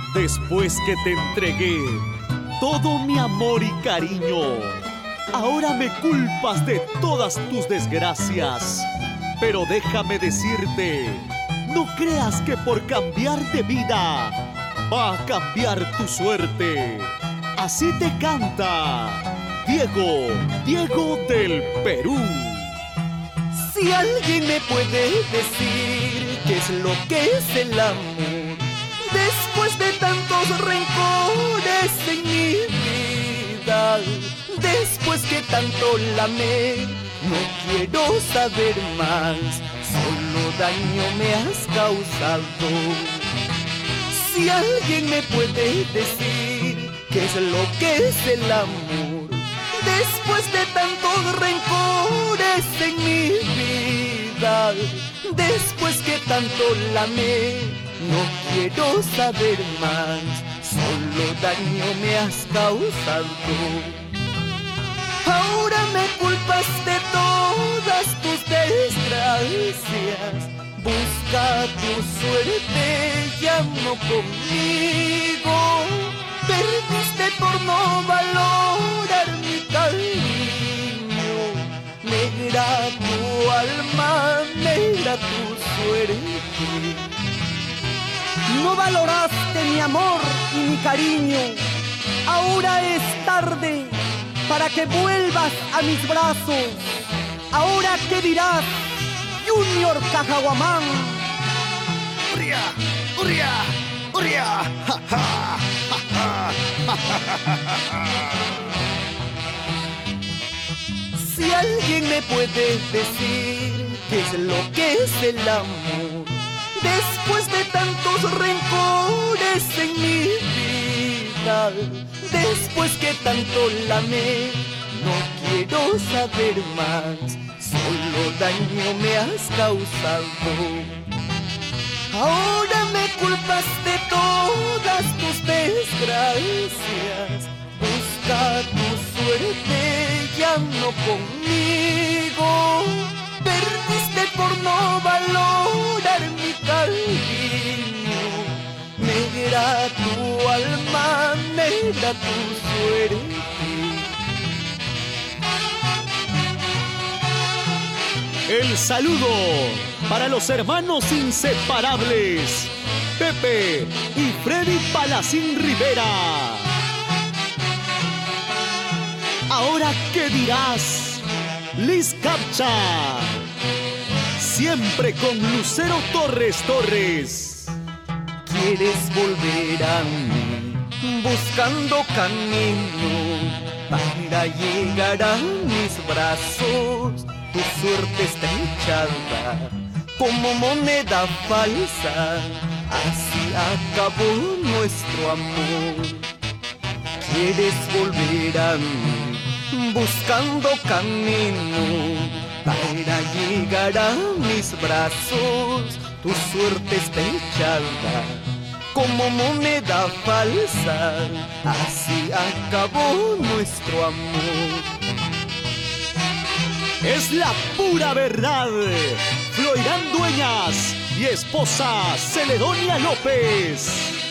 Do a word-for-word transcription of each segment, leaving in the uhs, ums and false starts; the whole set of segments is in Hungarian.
Después que te entregué todo mi amor y cariño, ahora me culpas de todas tus desgracias. Pero déjame decirte, no creas que por cambiar de vida va a cambiar tu suerte. Así te canta Diego, Diego del Perú. Si alguien me puede decir qué es lo que es el amor, después de tantos rencores en mi vida, después que tanto la amé, no quiero saber más, solo daño me has causado. Si alguien me puede decir qué es lo que es el amor, después de tantos rencores en mi vida, después que tanto la amé, no quiero saber más, solo daño me has causado. Ahora me culpas de todas tus desgracias, busca tu suerte, ya no conmigo. Perdiste por no valorar mi cariño, negra tu alma, negra tu suerte. No valoraste mi amor y mi cariño, ahora es tarde para que vuelvas a mis brazos. Ahora qué dirás, Junior Cajaguamán. ¡Uria! ¡Uria! ¡Uria! ¡Ja, ja! ¡Ja, ja! ¡Ja, ja, ja! Si alguien me puede decir qué es lo que es el amor, después de tantos rencores en mi vida, después que tanto la amé, no quiero saber más, solo daño me has causado. Ahora me culpas de todas tus desgracias, busca tu suerte, ya no conmigo. Perdiste por no valorar mi cariño, negra tu alma, negra tu suerte. El saludo para los hermanos inseparables, Pepe y Freddy Palacín Rivera. Ahora, ¿qué dirás? Liz Capcha, siempre con Lucero Torres Torres. Quieres volver a mí, buscando camino para llegar a mis brazos. Tu suerte está echada como moneda falsa, así acabó nuestro amor. Quieres volver a mí, buscando camino para llegar a mis brazos. Tu suerte está echada como moneda falsa, así acabó nuestro amor. Es la pura verdad. Floirán Dueñas y esposa Celedonia López.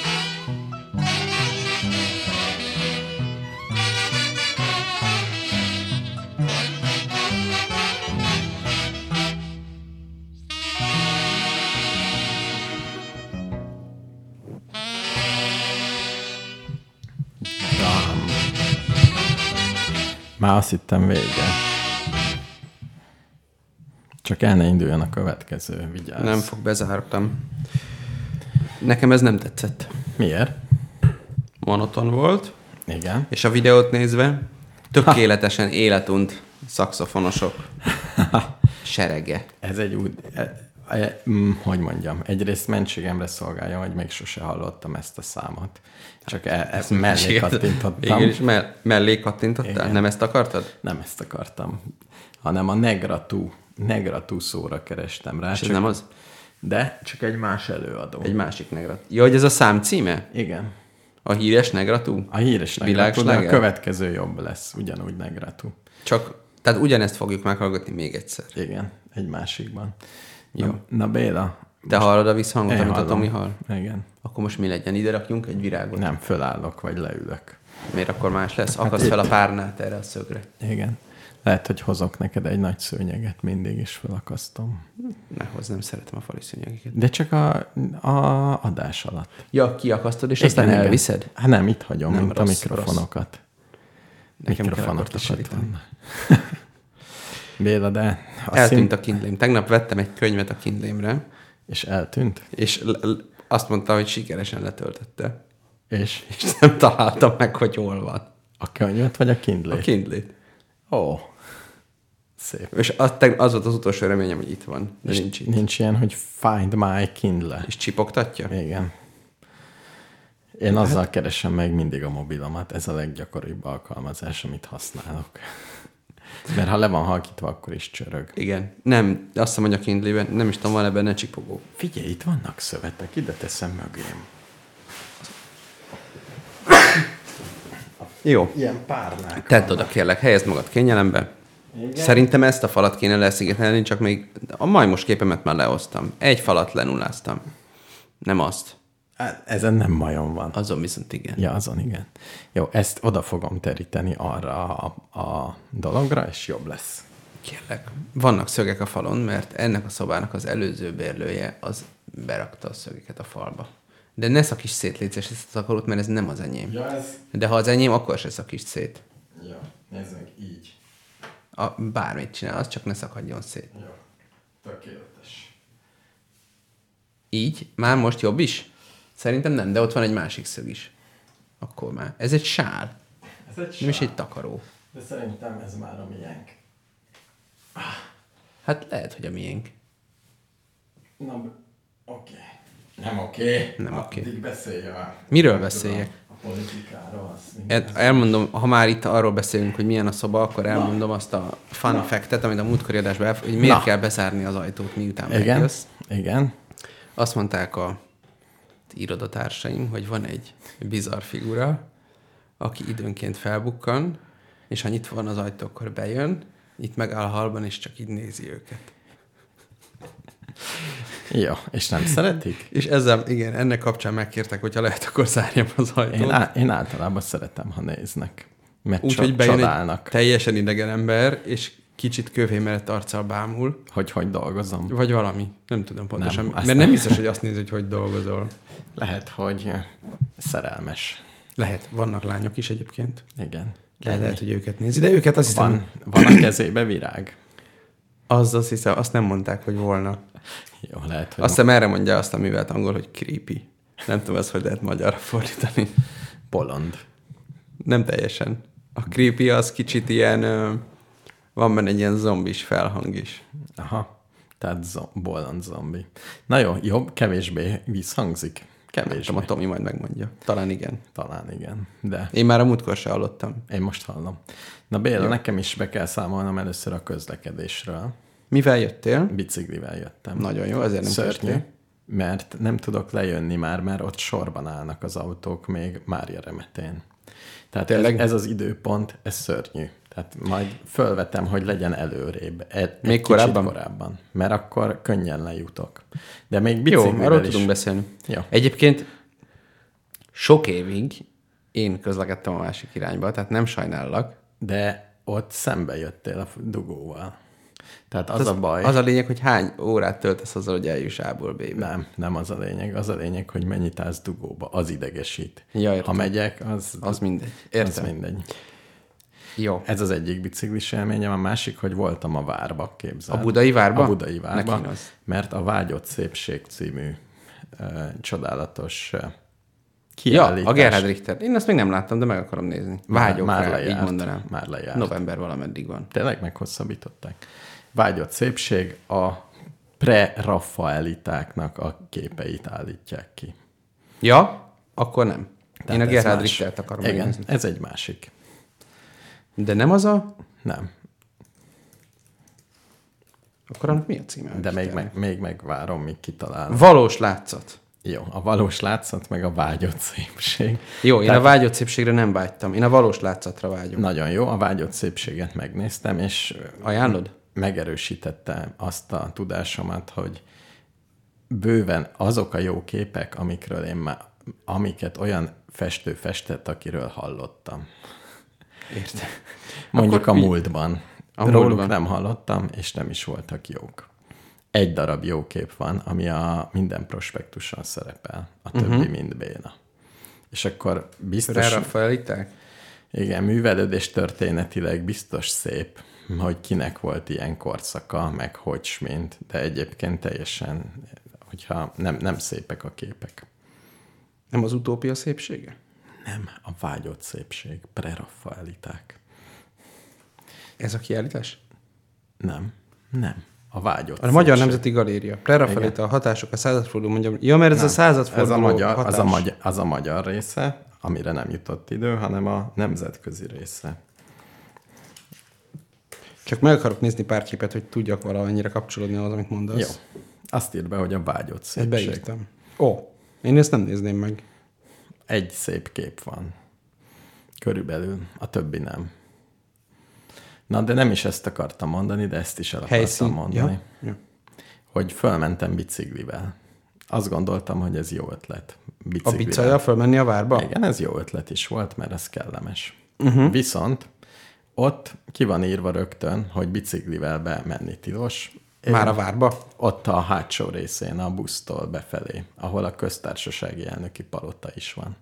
Már azt hittem vége. Csak el ne induljon a következő, vigyázz. Nem fog, bezártam. Nekem ez nem tetszett. Miért? Monoton volt. Igen. És a videót nézve tökéletesen életunt szaxofonosok serege. Ez egy úgy... E, e, hogy mondjam, egyrészt mentségemre szolgálja, hogy még sose hallottam ezt a számot. Csak e, ezt mellé kattintottam. Végül is mell- mellé kattintottál? Igen. Nem ezt akartad? Nem ezt akartam, hanem a Negratú, Negratú szóra kerestem rá. És csak, ez nem az? De csak egy más előadó. Egy másik Negratú. Jó, hogy ez a szám címe? Igen. A híres Negratú? A híres Negratú, de a következő jobb lesz, ugyanúgy Negratú. Csak, tehát ugyanezt fogjuk meghallgatni még egyszer. Igen, egy másikban. Jó. Na, na Béla. Te hallod a visszhangot, amit a Tomi hall? Igen. Akkor most mi legyen? Ide rakjunk egy virágot? Nem, fölállok, vagy leülök. Miért akkor más lesz? Akaszt fel a párnát erre a szögre. Igen. Lehet, hogy hozok neked egy nagy szőnyeget, mindig is felakasztom. Ne hozz, nem szeretem a fali szőnyegeket. De csak a, a adás alatt. Ja, kiakasztod, és Igen, aztán igen. elviszed? Hát nem, itt hagyom, Nem, mint rossz, a mikrofonokat. Nekem kell Mikrofonok akkor is itt takarítani. vannak. Béla, de... Eltűnt a Kindlém. Tegnap vettem egy könyvet a Kindlémre, És eltűnt? és l- l- azt mondta, hogy sikeresen letöltötte. És És nem találtam meg, hogy hol van. a könyvet, vagy a Kindle? A Kindlét. Ó, szép. És az, teg- az volt az utolsó reményem, hogy itt van. De És nincs itt. nincs ilyen, hogy Find My Kindle. És csipogtatja? Igen. Én azzal keresem meg mindig a mobilomat. Ez a leggyakoribb alkalmazás, amit használok. Mert ha le van halkítva, akkor is csörög. Igen. Nem, de azt hiszem, hogy a Kindlében, nem is tudom, van-e benne csipogó. Figyelj, itt vannak szövetek, ide teszem mögém. Jó. Ilyen párnák. Tedd oda, kérlek, helyezd magad kényelembe. Igen. Szerintem ezt a falat kéne leszigetelni, csak még a majmos képemet már lehoztam. Egy falat lenulláztam. Nem azt. Hát, ezen nem majom van. Azon viszont igen. Ja, azon igen. Jó, ezt oda fogom teríteni arra a, a dologra, és jobb lesz. Kérlek. Vannak szögek a falon, mert ennek a szobának az előző bérlője az berakta a szögeket a falba. De ne szakíts szét, légy szíves, ezt a takarót, mert ez nem az enyém. Ja, ez... De ha az enyém, akkor se szakíts szét. Ja, nézd meg, így. A, bármit csinál, az csak ne szakadjon szét. Jó, tökéletes. Így? Már most jobb is? Szerintem nem, de ott van egy másik szög is. Akkor már. Ez egy sál. Ez egy Nem is sár. egy takaró. De szerintem ez már a miénk. Hát lehet, hogy a miénk. Na, oké. Okay. Nem oké. Okay. Nem oké. Addig beszélj a... Miről nem beszéljek? tudom, A politikáról. Azt El, elmondom, ha már itt arról beszélünk, hogy milyen a szoba, akkor elmondom azt a fun fact-et, amit a múltkori adásban elf- hogy miért Na. kell bezárni az ajtót, miután Igen, megjössz. igen. Azt mondták a irodatársaim, hogy van egy bizarr figura, aki időnként felbukkan, és ha nyitva van az ajtó, akkor bejön, itt megáll a halban, és csak így nézi őket. Jó, és nem szeretik? És ezzel, igen, ennek kapcsán megkértek, hogyha lehet, akkor zárjam az ajtót. Én, á, én általában szeretem, ha néznek. Mert Úgy, cso- hogy bejön csodálnak, egy teljesen idegen ember, és kicsit kővémerett arccal bámul, hogy hogy dolgozom. vagy valami. Nem tudom pontosan. Nem, Nem, azt mert nem. nem biztos, hogy azt nézi, hogy hogy dolgozol. Lehet, hogy szerelmes. Lehet, vannak lányok is egyébként. Igen. Le, lehet, hogy őket nézi, de őket azt hiszem, Van, van a kezébe virág? az, azt hiszem, azt nem mondták, hogy volna. Jó, lehet, hogy Azt hiszem erre mondja azt a művelt angol, hogy creepy. Nem tudom, ezt hogy lehet magyarra fordítani. bolond. Nem teljesen. A creepy az kicsit ilyen, ö, van benne egy ilyen zombis felhang is. Aha, tehát zo- bolond zombi. Na jó, jobb, kevésbé visszhangzik. Nem Kevésbé. tudom, a Tomi majd megmondja. Talán igen. Talán igen, de Én már a múltkor se hallottam. én most hallom. Na Béla, jó. Nekem is be kell számolnom először a közlekedésről. Mivel jöttél? Biciklivel jöttem. Nagyon jó, ezért nem Szörnyű, késtél. mert nem tudok lejönni már, mert ott sorban állnak az autók még Mária Remetén. Tehát ez, Tényleg? ez az időpont, ez szörnyű. Tehát majd fölvetem, hogy legyen előrébb. Egy, egy Még kicsit korábban? korábban. Mert akkor könnyen lejutok. De még Jó, biciklivel arról is. tudunk beszélni. Jó. Egyébként sok évig én közlekedtem a másik irányba, tehát nem sajnállak. De ott szembe jöttél a dugóval. Tehát az, Az, a baj... az a lényeg, hogy hány órát töltesz azzal, hogy eljuss A-ból B-be. Nem, nem az a lényeg. Az a lényeg, hogy mennyit állsz dugóba. Az idegesít. Ja, ha értem. megyek, az, Az mindegy. az Értem. mindegy. Jó. Ez az egyik biciklis élményem, a másik, hogy voltam a várba, képzeld. A budai várba? A budai várba, Nekin az. mert a Vágyott Szépség című uh, csodálatos uh, Ja, kiállítás. a Gerhard Richter. Én ezt még nem láttam, de meg akarom nézni. Vágyok már rá, lejárt, így mondanám. Már lejárt. November valameddig van. Tényleg meghosszabbították. Vágyott Szépség a pre-Raffaelitáknak a képeit állítják ki. Ja, akkor nem. Tehát Én a ez Gerhard más. Richtert akarom Igen, megnézni. ez egy másik. De nem az a... Nem, Akkor annak mi a címe? de még, Richternek? meg, még megvárom, míg kitalálom. Valós látszat. Jó, a valós látszat, meg a vágyott szépség. Jó, én Tehát- a vágyott szépségre nem vágytam. Én a valós látszatra vágyom. Nagyon jó, a vágyott szépséget megnéztem, és Ajánlod? megerősítette azt a tudásomat, hogy bőven azok a jó képek, amikről én már, amiket olyan festő festett, akiről hallottam. Értem. Mondjuk Akkor a mi- múltban. A Róluk múltban. nem hallottam, és nem is voltak jók. Egy darab jó kép van, ami a minden prospektuson szerepel. A többi uh-huh. mind béna. És akkor biztos... Prerafaeliták? Igen, művelődés történetileg biztos szép, hogy kinek volt ilyen korszaka, meg hogy mint, de egyébként teljesen, hogyha nem, nem szépek a képek. Nem az utópia szépsége? Nem, a vágyott szépség, preraffaeliták. Ez a kiállítás? Nem, nem, a vágyott A szépség. Magyar Nemzeti Galéria. Prerafaelita, a hatások, a századforduló, mondjam. Ja, mert ez Nem, a századforduló ez a magyar, hatás. az, a magyar, az a magyar része, amire nem jutott idő, hanem a nemzetközi része. Csak meg akarok nézni pár képet, hogy tudjak valamennyire kapcsolódni az, amit mondasz. Jó. Azt írt be, hogy a vágyott Ezt szépség. beírtam. Ó, én ezt nem nézném meg. Egy szép kép van. Körülbelül. A többi nem. Na, de nem is ezt akartam mondani, de ezt is el akartam Helyszín. mondani. Ja. Ja. Hogy fölmentem biciklivel. Azt gondoltam, hogy ez jó ötlet. A Biciklivel. bicajjal fölmenni a várba? Igen, ez jó ötlet is volt, mert ez kellemes. Uh-huh. Viszont ott ki van írva rögtön, hogy biciklivel bemenni tilos. Én Már a várba? Ott a hátsó részén, a busztól befelé, ahol a köztársasági elnöki palota is van.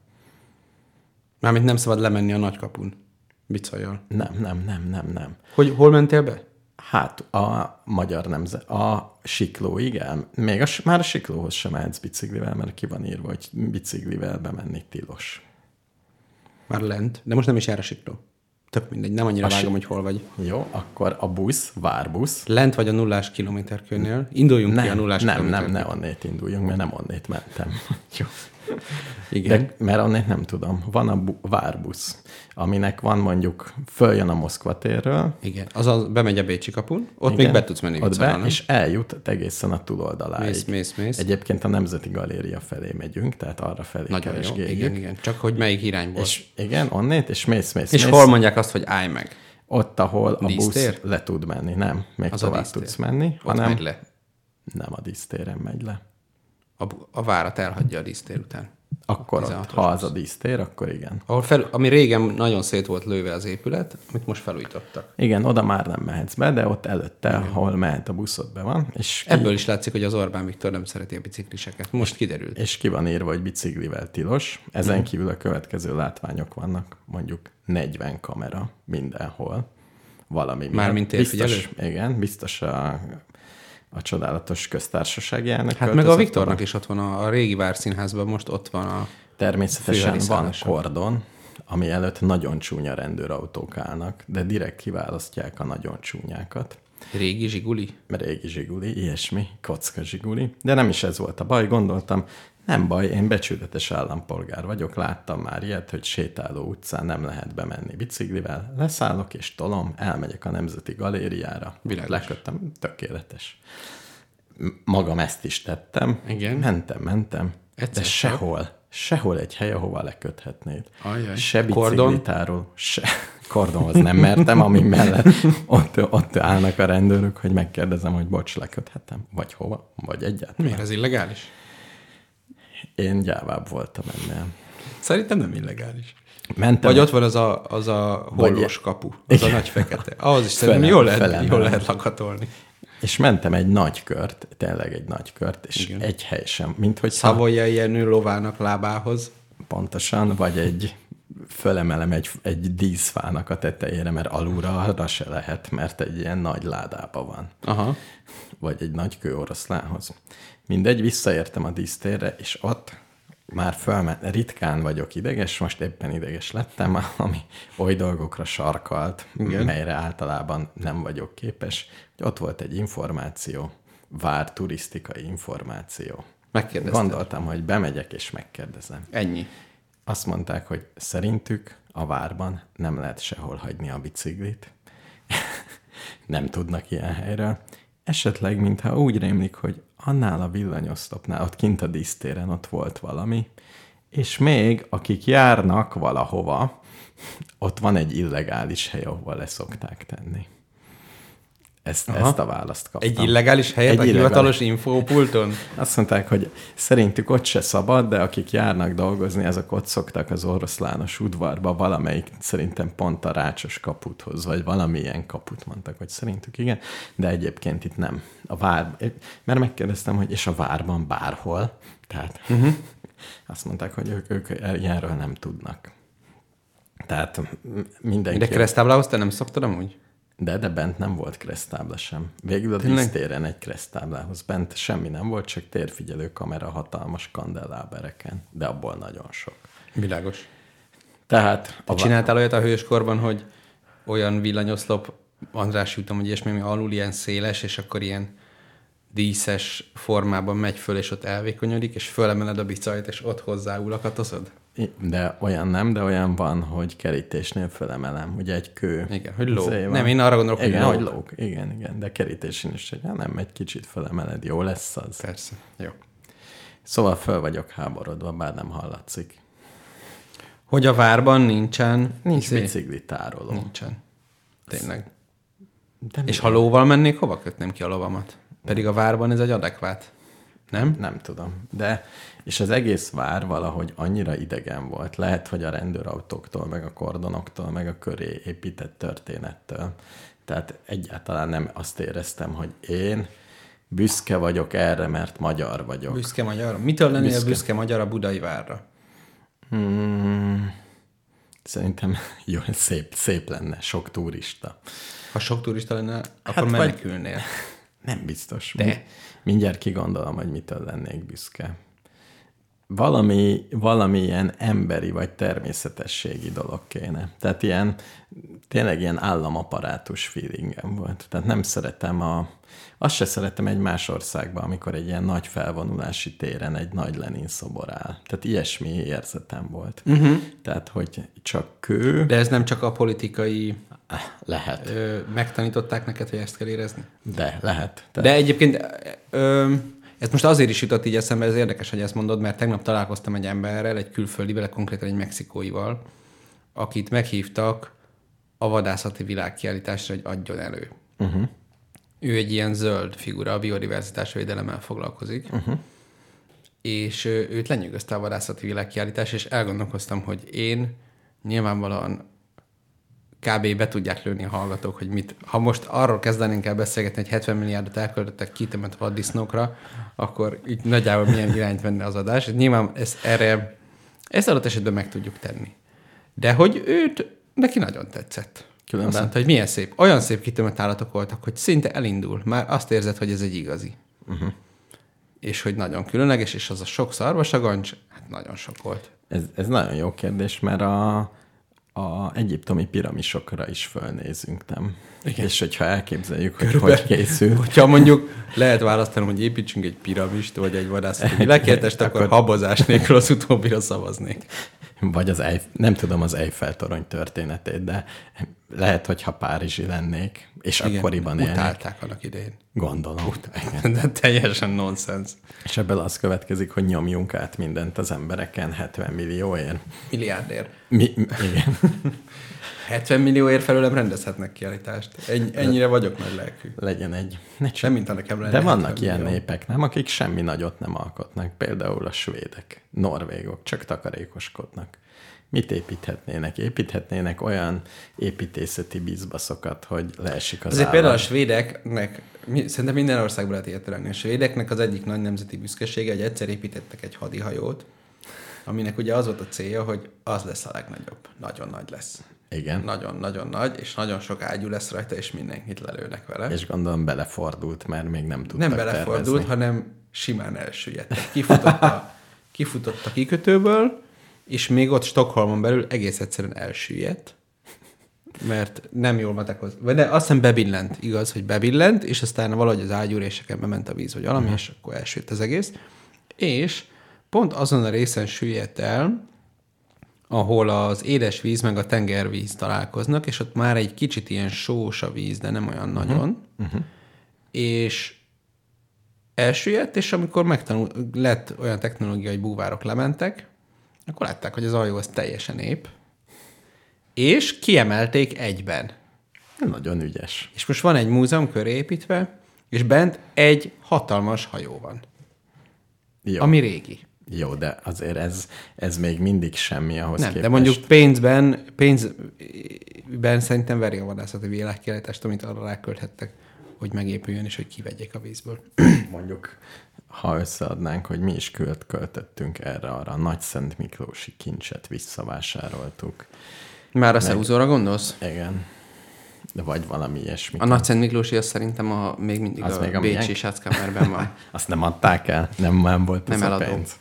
Mármint nem szabad lemenni a nagykapun. Bicajjal. Nem, nem, nem, nem, nem. Hogy hol mentél be? Hát a magyar nemzet, a Siklóig el, még a, már a Siklóhoz sem mehetsz biciklivel, mert ki van írva, hogy biciklivel bemenni tilos. Már lent. De most nem is jár a Sikló. Tök mindegy, nem annyira A si- vágom, hogy hol vagy. Jó, akkor a busz, várbusz. Lent vagy a nullás kilométerkőnél. Induljunk ki a Nem, nullás nem, nem, kilométerkő. ne onnét induljunk, mert nem onnét mentem. Jó. Igen. De, mert onnét nem tudom. Van a bu- várbusz, aminek van mondjuk, följön a Moszkva térről. Igen. Azaz bemegy a Bécsi kapun, ott Igen, még be tudsz menni ott viccalra, be, nem? és eljut egészen a túloldaláig. Mész, mész, mész. Egyébként a Nemzeti Galéria felé megyünk, tehát arra felé Nagyon jó. keresgéljük. Igen, igen. Csak hogy melyik irányból. És, És igen, onnét, és mész, mész, és mész. hol mondják azt, hogy állj meg? Ott, ahol a Dísztér? busz le tud menni. Nem, még Az a tovább dísztér. tudsz menni, Ott hanem megy le. nem a dísztéren megy le. A, a várat elhagyja a dísztér után. Akkor ott, tizenhatos ha az a dísztér, akkor igen. Ahol fel, ami régen nagyon szét volt lőve az épület, amit most felújítottak. Igen, oda már nem mehetsz be, de ott előtte, igen. ahol mehet a buszod be van. És ki, Ebből is látszik, hogy az Orbán Viktor nem szereti a bicikliseket. Most kiderült. és ki van írva, hogy biciklivel tilos. Ezen mm. kívül a következő látványok vannak, mondjuk negyven kamera mindenhol. Valami Mármint térfigyelő? biztos, igen, biztos a, a csodálatos köztársasági elnök. Hát meg a Viktornak is ott van a, a régi Várszínházban, most ott van a... Természetesen van főhadiszállása. kordon, ami előtt nagyon csúnya rendőrautók állnak, de direkt kiválasztják a nagyon csúnyákat. Régi Zsiguli? Régi zsiguli, ilyesmi, kocka zsiguli. De nem is ez volt a baj, gondoltam, nem baj, én becsületes állampolgár vagyok, láttam már ilyet, hogy sétáló utcán nem lehet bemenni biciklivel, leszállok és tolom, elmegyek a Nemzeti Galériára, Világos. lekötöm, tökéletes. Magam ezt is tettem, Igen. mentem, mentem, Egyszer de csak? sehol, sehol egy hely, ahova leköthetnéd. Ajaj. Se Kordon? biciklitáról, se kordonhoz nem mertem, ami mellett ott, ott állnak a rendőrök, hogy megkérdezem, hogy bocs, leköthetem, vagy hova, vagy egyáltalán. Miért ez illegális? Én gyávább voltam ennél. Szerintem nem illegális. Mentem, Vagy ott van az a, az a hollós kapu, az a nagy fekete. Ahhoz is szerintem Felem- jól lehet, felem- jól lehet lakatolni. és mentem egy nagy kört, tényleg egy nagy kört, és Igen. egy hely sem, mint hogy Szavolyai Jenő lovának lábához. pontosan, vagy egy fölemelem egy, egy díszfának a tetejére, mert alulra arra se lehet, mert egy ilyen nagy ládába van. Aha. Vagy egy nagy kőoroszlánhoz. Mindegy, visszaértem a dísztérre, és ott már fölment, ritkán vagyok ideges, most éppen ideges lettem, ami oly dolgokra sarkalt, igen. melyre általában nem vagyok képes. Ott volt egy információ, vár turisztikai információ. Megkérdezted. Gondoltam, hogy bemegyek és megkérdezem. Ennyi. Azt mondták, hogy szerintük a várban nem lehet sehol hagyni a biciklit. Nem tudnak ilyen helyről. Esetleg, mintha úgy rémlik, hogy annál a villanyoszlopnál, ott kint a dísztéren ott volt valami, és még, akik járnak valahova, ott van egy illegális hely, ahova leszokták tenni. Ezt, ezt a választ kaptam. Egy illegális helyet egy a illegális... hivatalos infópulton? Azt mondták, hogy szerintük ott se szabad, de akik járnak dolgozni, azok ott szoktak az oroszlános udvarba, valamelyik szerintem pont a Rácsos kaputhoz, vagy valamilyen kaput mondtak, hogy szerintük igen, de egyébként itt nem. A vár... Mert megkérdeztem, hogy és a várban bárhol, tehát uh-huh. azt mondták, hogy ők, ők ilyenről nem tudnak. Tehát mindenki... De keresztáblához te nem szoktad amúgy? De, de bent nem volt keresztábla sem. Végül a dísztéren egy keresztáblához. Bent semmi nem volt, csak térfigyelő kamera hatalmas kandellábereken. De abból nagyon sok. Világos. Tehát... Te csináltál olyat a hőskorban, hogy olyan villanyoszlop, András jutom, hogy ilyesmi, ami alul ilyen széles, és akkor ilyen díszes formában megy föl, és ott elvékonyodik, és fölemeled a bicajt, és ott hozzáulakatozod? De olyan nem, de olyan van, hogy kerítésnél fölemelem. Ugye egy kő. Igen, hogy lóg. Nem, én arra gondolok, igen, hogy lóg. lóg. Igen, igen, de kerítésén is, hogy nem, egy kicsit fölemeled, jó lesz az. Persze, jó. Szóval föl vagyok háborodva, bár nem hallatszik. Hogy a várban nincsen... Nincs biciklitároló. Nincsen. Tényleg. De és ha lóval mennék, hova kötném ki a lovamat? Pedig a várban ez egy adekvát. Nem? Nem tudom. De, és az egész vár valahogy annyira idegen volt. Lehet, hogy a rendőrautóktól, meg a kordonoktól, meg a köré épített történettől. Tehát egyáltalán nem azt éreztem, hogy én büszke vagyok erre, mert magyar vagyok. Büszke magyar? Mitől lennél büszke, büszke magyar a budai várra? Hmm, szerintem jó, szép, szép lenne, sok turista. Ha sok turista lenne, akkor hát menekülnél. Vagy... Nem biztos. De... Mindjárt kigondolom, hogy mitől lennék büszke. Valami, valamilyen emberi vagy természetességi dolog kéne. Tehát ilyen, tényleg ilyen államaparátus feelingem volt. Tehát nem szeretem a... Azt se szeretem egy más országban, amikor egy ilyen nagy felvonulási téren egy nagy Lenin szobor áll. Tehát ilyesmi érzetem volt. Uh-huh. Tehát, hogy csak kő... De ez nem csak a politikai... Lehet. Ö, megtanították neked, hogy ezt kell érezni? De, lehet. De, De egyébként ö, ez most azért is jutott így eszembe, ez érdekes, hogy ezt mondod, mert tegnap találkoztam egy emberrel, egy külföldivel, konkrétan egy mexikóival, akit meghívtak a vadászati világkiállításra, hogy adjon elő. Uh-huh. Ő egy ilyen zöld figura, a biodiverzitás védelemmel foglalkozik, uh-huh. és őt lenyűgözte a vadászati világkiállítás, és elgondolkoztam, hogy én nyilvánvalóan kb. Be tudják lőni a hallgatók, hogy mit. Ha most arról kezdenénk el beszélgetni, hogy hetven milliárdot elköltöttek kitemett vaddisznókra, akkor így nagyjából milyen irányt venne az adás. Nyilván ezt, erre, ezt adott esetben meg tudjuk tenni. De hogy őt, neki nagyon tetszett. Különben. Azt mondta, hogy milyen szép. Olyan szép kitemett állatok voltak, hogy szinte elindul. Már azt érzed, hogy ez egy igazi. Uh-huh. És hogy nagyon különleges, és az a sok szarvasagancs, hát nagyon sok volt. Ez, ez nagyon jó kérdés, mert a a egyiptomi piramisokra is fölnézünk, nem? Igen. És hogyha elképzeljük, hogy Körbe, hogy készül. Hogyha mondjuk lehet választanom, hogy építsünk egy piramist, vagy egy vadászati világkiállítást, akkor, akkor habozás nélkül az utóbbira szavaznék. Vagy az Eiff, nem tudom az Eiffel-torony történetét, de lehet, hogyha párizsi lennék, és igen, akkoriban élnék. Utálták annak idején. Gondolom. De teljesen nonsens. És ebből az következik, hogy nyomjunk át mindent az embereken hetven millióért. Milliárdért. Mi, igen. hetven millióért felőlem rendezhetnek kiállítást. Ennyi, ennyire vagyok nagy lelkű. Legyen egy. Nem, mint a nekem lenne. De vannak ilyen millió. Népek, nem? Akik semmi nagyot nem alkotnak. Például a svédek, norvégok, csak takarékoskodnak. Mit építhetnének? Építhetnének olyan építészeti bizbaszokat, hogy leesik az Azért állam. Például a svédeknek, szerintem minden országban lehet ilyet lenni. A svédeknek az egyik nagy nemzeti büszkesége, hogy egyszer építettek egy hadihajót, aminek ugye az volt a célja, hogy az lesz a legnagyobb. Nagyon nagy lesz. Igen. Nagyon-nagyon nagy, és nagyon sok ágyú lesz rajta, és mindenkit lelőnek vele. És gondolom belefordult, mert még nem tudtak Nem belefordult, tervezni. Hanem simán elsüllyedt. Kifutott a, kifutott a kikötőből, és még ott Stockholmon belül egész egyszerűen elsüllyedt, mert nem jól matekoz. Vagy de azt hiszem bebillent, igaz, hogy bebillent, és aztán valahogy az ágyúréseken bement a víz, vagy valami, uh-huh. és akkor elsüllyedt az egész. És pont azon a részen süllyedt el, ahol az édes víz meg a tengervíz találkoznak, és ott már egy kicsit ilyen sós a víz, de nem olyan uh-huh. nagyon. Uh-huh. És elsüllyedt, és amikor megtanul, lett olyan technológia, hogy búvárok lementek, akkor látták, hogy az aljó az teljesen ép, és kiemelték egyben. Nagyon ügyes. És most van egy múzeum köré építve, és bent egy hatalmas hajó van. Jó. Ami régi. Jó, de azért ez, ez még mindig semmi ahhoz Nem, képest. de mondjuk pénzben, pénzben szerintem veri a vadászati világkiállítást, amit arra rákölthettek, hogy megépüljön, és hogy kivegyék a vízből. Mondjuk, ha összeadnánk, hogy mi is költ, költöttünk erre, arra a Nagy Szent Miklósi kincset visszavásároltuk. Már a Szeúzóra gondolsz? Igen. De vagy valami ilyesmi. A Nagy Szent Miklósi az szerintem a, még mindig Az a, még a Bécsi miénk? Schatzkammerben van. Azt nem adták el? Nem, nem volt Nem az a eladó. pénz.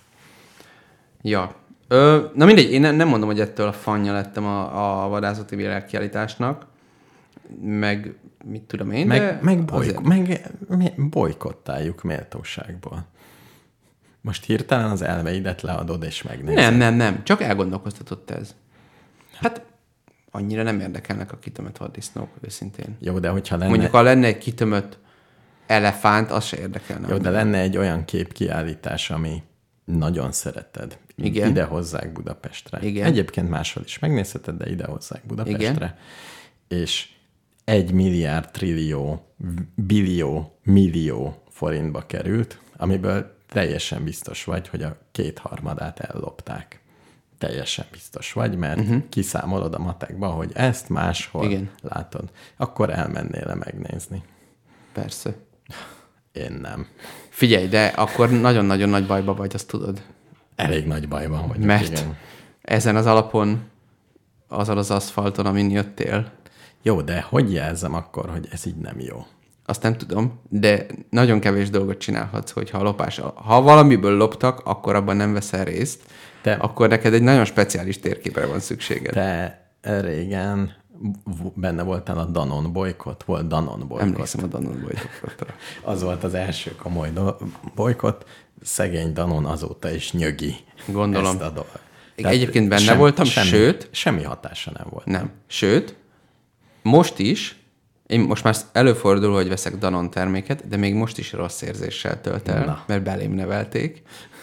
Ja. Ö, na mindegy, én nem, nem mondom, hogy ettől a fanja lettem a, a vadászati világkiállításnak, meg mit tudom én, Meg, de meg, bolyk, azért- meg mi- bolykottáljuk méltóságból. Most hirtelen az elveidet leadod és megnézed. Nem, nem, nem. Csak elgondolkoztatott ez. Hát annyira nem érdekelnek a kitömött vaddisznók, őszintén. Jó, de hogyha lenne... Mondjuk, ha lenne egy kitömött elefánt, az se érdekelne. Jó, de lenne egy olyan képkiállítás, ami nagyon szereted. Igen. Ide hozzák Budapestre. Igen. Egyébként máshol is megnézheted, de ide hozzák Budapestre. Igen. És egy milliárd, trillió, billió, millió forintba került, amiből teljesen biztos vagy, hogy a kétharmadát ellopták. Teljesen biztos vagy, mert uh-huh. kiszámolod a matekba, hogy ezt máshol Igen. látod. Akkor elmennél-e megnézni? Persze. Én nem. Figyelj, de akkor nagyon-nagyon nagy bajba vagy, azt tudod. Elég nagy bajban vagyok. Mert Igen. ezen az alapon, azon az aszfalton, amin jöttél, Jó, de hogy jelzem akkor, hogy ez így nem jó? azt nem tudom, de nagyon kevés dolgot csinálhatsz, hogyha a lopás... Ha valamiből loptak, akkor abban nem veszel részt, Te- akkor neked egy nagyon speciális térképre van szükséged. Te régen v- benne voltál a Danon bolykott? Volt Danon bolykott. Emlékszem a Danon bolykottra. Az volt az első komoly do- bolykott. Szegény Danon azóta is nyögi. Gondolom. Ezt a dolgot. Egyébként benne voltam, semmi, sőt- Semmi hatása nem volt. Nem. Sőt, most is, én most már előfordul, hogy veszek Danon terméket, de még most is rossz érzéssel tölt el, Na. mert belém nevelték.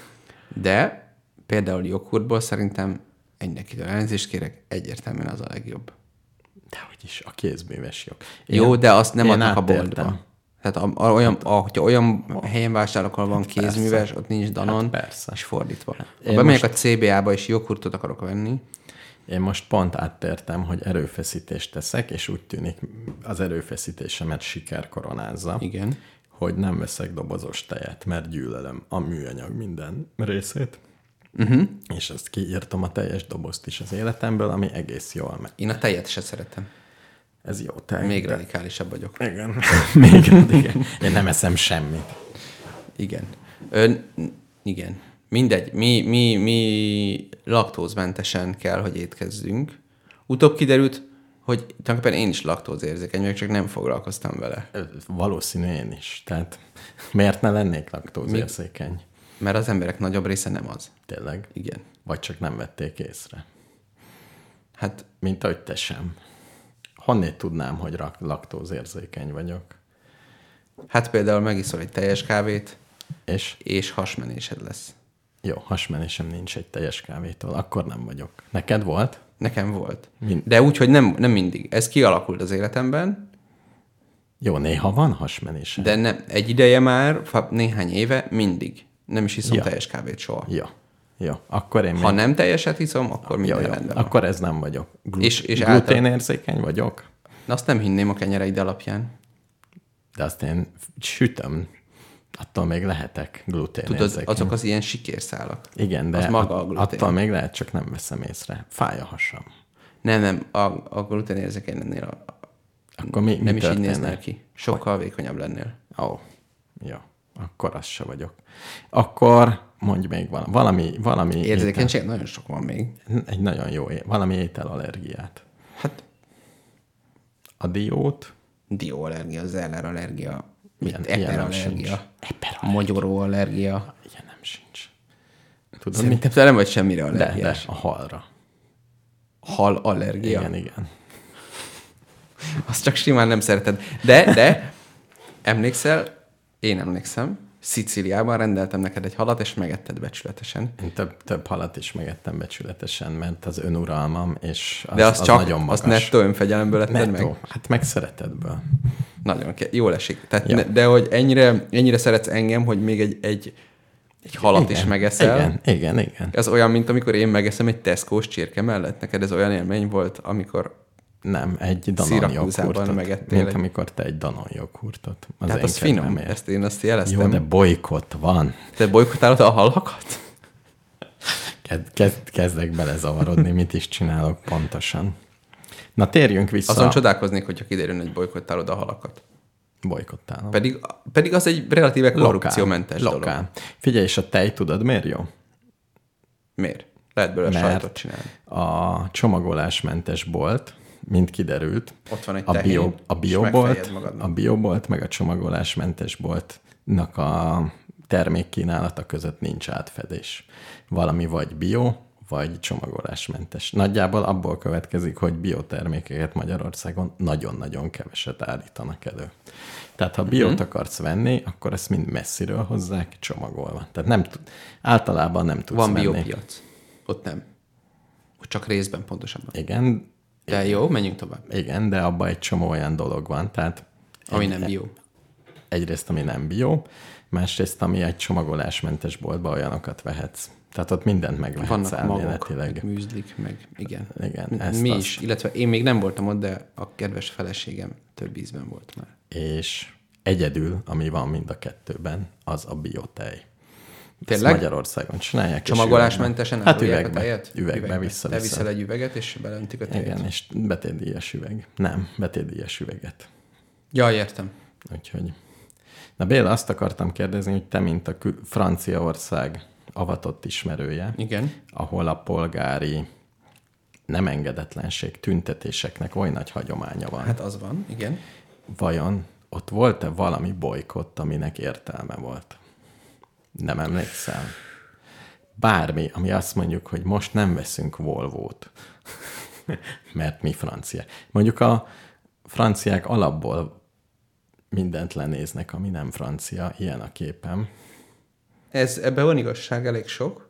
De például joghurtból szerintem egy nekitől elnézést kérek, egyértelműen az a legjobb. Dehogy is, a kézműves jog. Jó, de azt nem én adnak a átértem. boltba. Tehát a, a, olyan, a, hogyha olyan helyen vásárolok, ahol van kézműves, ott nincs Danon, Hát persze. és fordítva. Ha Én bemegyek most- a cé bé á-ba, és joghurtot akarok venni, Én most pont áttértem, hogy erőfeszítést teszek, és úgy tűnik az erőfeszítésemet siker koronázza, igen, hogy nem veszek dobozos tejet, mert gyűlölöm a műanyag minden részét. Mhm. Uh-huh. És ezt kiírtam a teljes dobozt is az életemből, ami egész jól megy. én a tejet se szeretem. Ez jó tej. Még de- radikálisabb vagyok. Igen. Még igen. Én nem eszem semmit. Igen. Ö, igen. Mindegy. Mi, mi, mi laktózmentesen kell, hogy étkezzünk. Utóbb kiderült, hogy tulajdonképpen én is laktózérzékeny vagyok, csak nem foglalkoztam vele. Ö, Valószínű én is. Tehát miért ne lennék laktózérzékeny? Mert az emberek nagyobb része nem az. Tényleg? Igen. Vagy csak nem vették észre. Hát Mint ahogy te sem. Honnét tudnám, hogy rak- laktózérzékeny vagyok? Hát például megiszol egy teljes kávét, És és hasmenésed lesz. jó, hasmenésem nincs egy teljes kávétól, akkor nem vagyok. Neked volt? Nekem volt. Mind- De úgy, hogy nem, nem mindig. Ez kialakult az életemben, Jó, néha van hasmenésem. de nem, egy ideje már, fa- néhány éve mindig. Nem is iszom Ja. teljes kávét soha. Jó, jó. Akkor én Ha még... nem teljeset iszom, akkor jó, minden jó. rendben van. Akkor ez nem vagyok. Glu- És- és gluténérzékeny vagyok, Na, azt nem hinném a kenyereid alapján. de azt én sütöm. Attól még lehetek gluténérzékeny. Tudod, azok az ilyen sikérszálak. Igen, de az maga a at- glutén. attól még lehet, csak nem veszem észre. Fáj a hasam. Nem, nem, a, a gluténérzékeny lennél, a, Akkor mi, nem mi is így történne? néznél ki. Sokkal vékonyabb lennél. Ó, oh, jó. Akkor az se vagyok. Akkor mondj még valami. Valami, valami Érzékenység nagyon sok van még. étel, egy nagyon jó, é- valami ételallergiát. Hát A diót, dióallergia, zellerallergia, Ilyen- mit, ilyen nem eperallergia, sincs. magyaróallergia. ilyen nem sincs. Tudod, mi? Szerintem te nem vagy semmire De, de, allergiás. a halra. Hal allergia. Igen, igen. Azt csak simán nem szereted. De, de, emlékszel, én emlékszem, Szicíliában rendeltem neked egy halat, és megetted becsületesen. Én több, több halat is megettem becsületesen, mert az önuralmam, és az, De az, az csak, nagyon magas. azt nettó önfegyelemből etted Nettó. meg? Hát meg szeretetből. Nagyon ke- jól esik. Tehát Ja. ne, de hogy ennyire, ennyire szeretsz engem, hogy még egy, egy, egy halat igen, is megeszel. Igen, igen, igen. Ez olyan, mint amikor én megeszem egy Tesco-s csirke mellett. Neked ez olyan élmény volt, amikor... Nem, egy Danon Szirakúzában joghurtot, megettél mint egy- amikor te egy Danon joghurtot. Az Tehát én az finom, kedvemért. ezt én azt jeleztem. Jó, de bolykott van. Te bolykottálod a halakat? Kezd, kezd, kezdek belezavarodni, mit is csinálok pontosan. Na térjünk vissza. Azon csodálkoznék, hogyha kiderülne, hogy bolykottálod a halakat. Bolykottálom. Pedig, pedig az egy relatíve korrupciómentes lokál, dolog. lokál. Figyelj, és a tej tudod miért jó? Miért? Lehet belőle Mert sajtot csinálni. a csomagolásmentes bolt, mint kiderült, Ott van egy a, tehén, bio, a és biobolt, megfejed magadnak. a biobolt meg a csomagolásmentes boltnak a termékkínálata között nincs átfedés. Valami vagy bio, vagy csomagolásmentes. Nagyjából abból következik, hogy biotermékeket Magyarországon nagyon-nagyon keveset állítanak elő. Tehát ha biót Mhm. akarsz venni, akkor ezt mind messziről hozzák csomagolva. Tehát nem tud, általában nem tudsz Van venni. biopiac. Ott nem. Ott csak részben pontosabban. Igen, De jó, menjünk tovább. igen, de abban egy csomó olyan dolog van, tehát Ami egy- nem bio. egyrészt, ami nem bio, másrészt, ami egy csomagolásmentes boltba olyanokat vehetsz. Tehát ott mindent megvehetsz Vannak magok, elméletileg. meg műzlik, meg igen. Igen, ezt, Mi azt. is, illetve én még nem voltam ott, de a kedves feleségem több ízben volt már. És egyedül, ami van mind a kettőben, az a biotej. Tényleg? Ezt Magyarországon csinálják. és Csomagolásmentesen üvegbe. Hát árulják üvegbe, a tejet? üvegbe, vissza, Te vissza. viszel egy üveget, és belentik a tejet. Igen, és betétdíjas üveg. Nem, betétdíjas üveget. Ja, értem. Úgyhogy... Na Béla, azt akartam kérdezni, hogy te, mint a kül- Franciaország avatott ismerője, Igen. ahol a polgári nem engedetlenség tüntetéseknek oly nagy hagyománya van. Hát az van, igen. Vajon ott volt-e valami bolykott, aminek értelme volt? Nem emlékszel? Bármi, ami azt mondjuk, hogy most nem veszünk Volvót, mert mi franciák. Mondjuk a franciák alapból mindent lenéznek, ami nem francia, ilyen a képem. Ez, ebben van igazság, elég sok.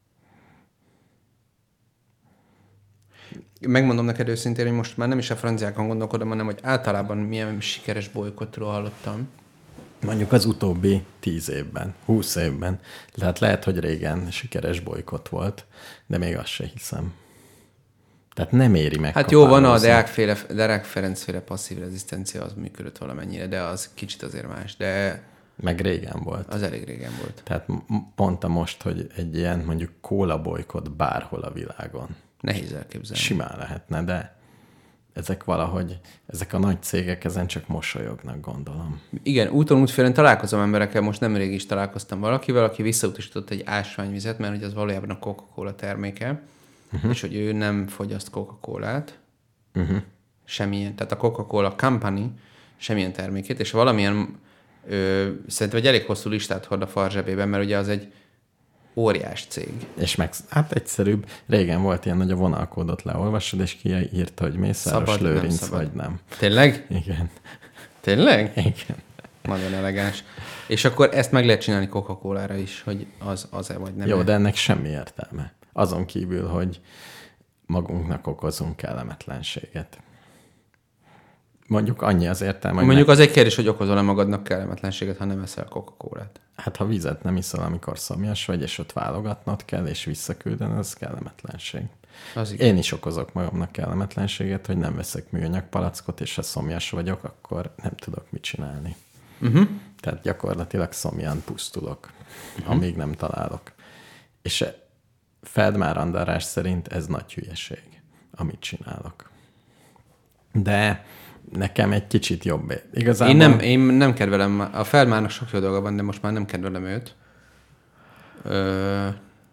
Megmondom neked őszintén, hogy most már nem is a franciákon gondolkodom, hanem hogy általában milyen sikeres bolykottról hallottam. Mondjuk az utóbbi tíz évben, húsz évben. Tehát lehet, hogy régen sikeres bolykott volt, de még azt se hiszem. Tehát nem éri meg. Hát jó, van a kapálózni. Deák-féle, Deák Ferenc-féle passzív rezisztencia, az működött valamennyire, de az kicsit azért más, de Meg régen volt. az elég régen volt. Tehát m- mondta most, hogy egy ilyen mondjuk kóla bolykott bárhol a világon. Nehéz elképzelni. Simán lehetne, de ezek valahogy, ezek a nagy cégek ezen csak mosolyognak, gondolom. Igen, úton útfélen találkozom emberekkel, most nemrég is találkoztam valakivel, aki visszautasított egy ásványvizet, mert hogy az valójában a Coca-Cola terméke, uh-huh. és hogy ő nem fogyaszt Coca-Colát, Uh-huh. semmilyen, tehát a Coca-Cola Company semmilyen termékét, és valamilyen, ö, szerintem egy elég hosszú listát hord a farzsebében, mert ugye az egy óriás cég. És meg, hát egyszerűbb, régen volt ilyen, hogy a vonalkódot leolvasod, és kiírta, hogy Mészáros Szabad, nem Lőrinc szabad. vagy nem. Tényleg? Igen. Tényleg? Igen. Nagyon elegáns. És akkor ezt meg lehet csinálni Coca-Colára is, hogy az, az-e vagy nem. Jó, de ennek semmi értelme. Azon kívül, hogy magunknak okozunk kellemetlenséget. Mondjuk annyi az értelme, hogy Mondjuk ne, az egy kérdés, hogy okozol-e magadnak kellemetlenséget, ha nem eszel Coca-Colát. hát ha vizet nem iszol, amikor szomjas vagy, és ott válogatnod kell, és visszaküldeni, az kellemetlenség. Az igen. Én is okozok magamnak kellemetlenséget, hogy nem veszek műanyag palackot, és ha szomjas vagyok, akkor nem tudok mit csinálni. Uh-huh. Tehát gyakorlatilag szomjan pusztulok, uh-huh. amíg nem találok. És Feldmár András szerint ez nagy hülyeség, amit csinálok. De nekem egy kicsit jobb. Igazából... Én nem, én nem kedvelem, a Feldmárnak sok jó dolga van, de most már nem kedvelem őt. Ö...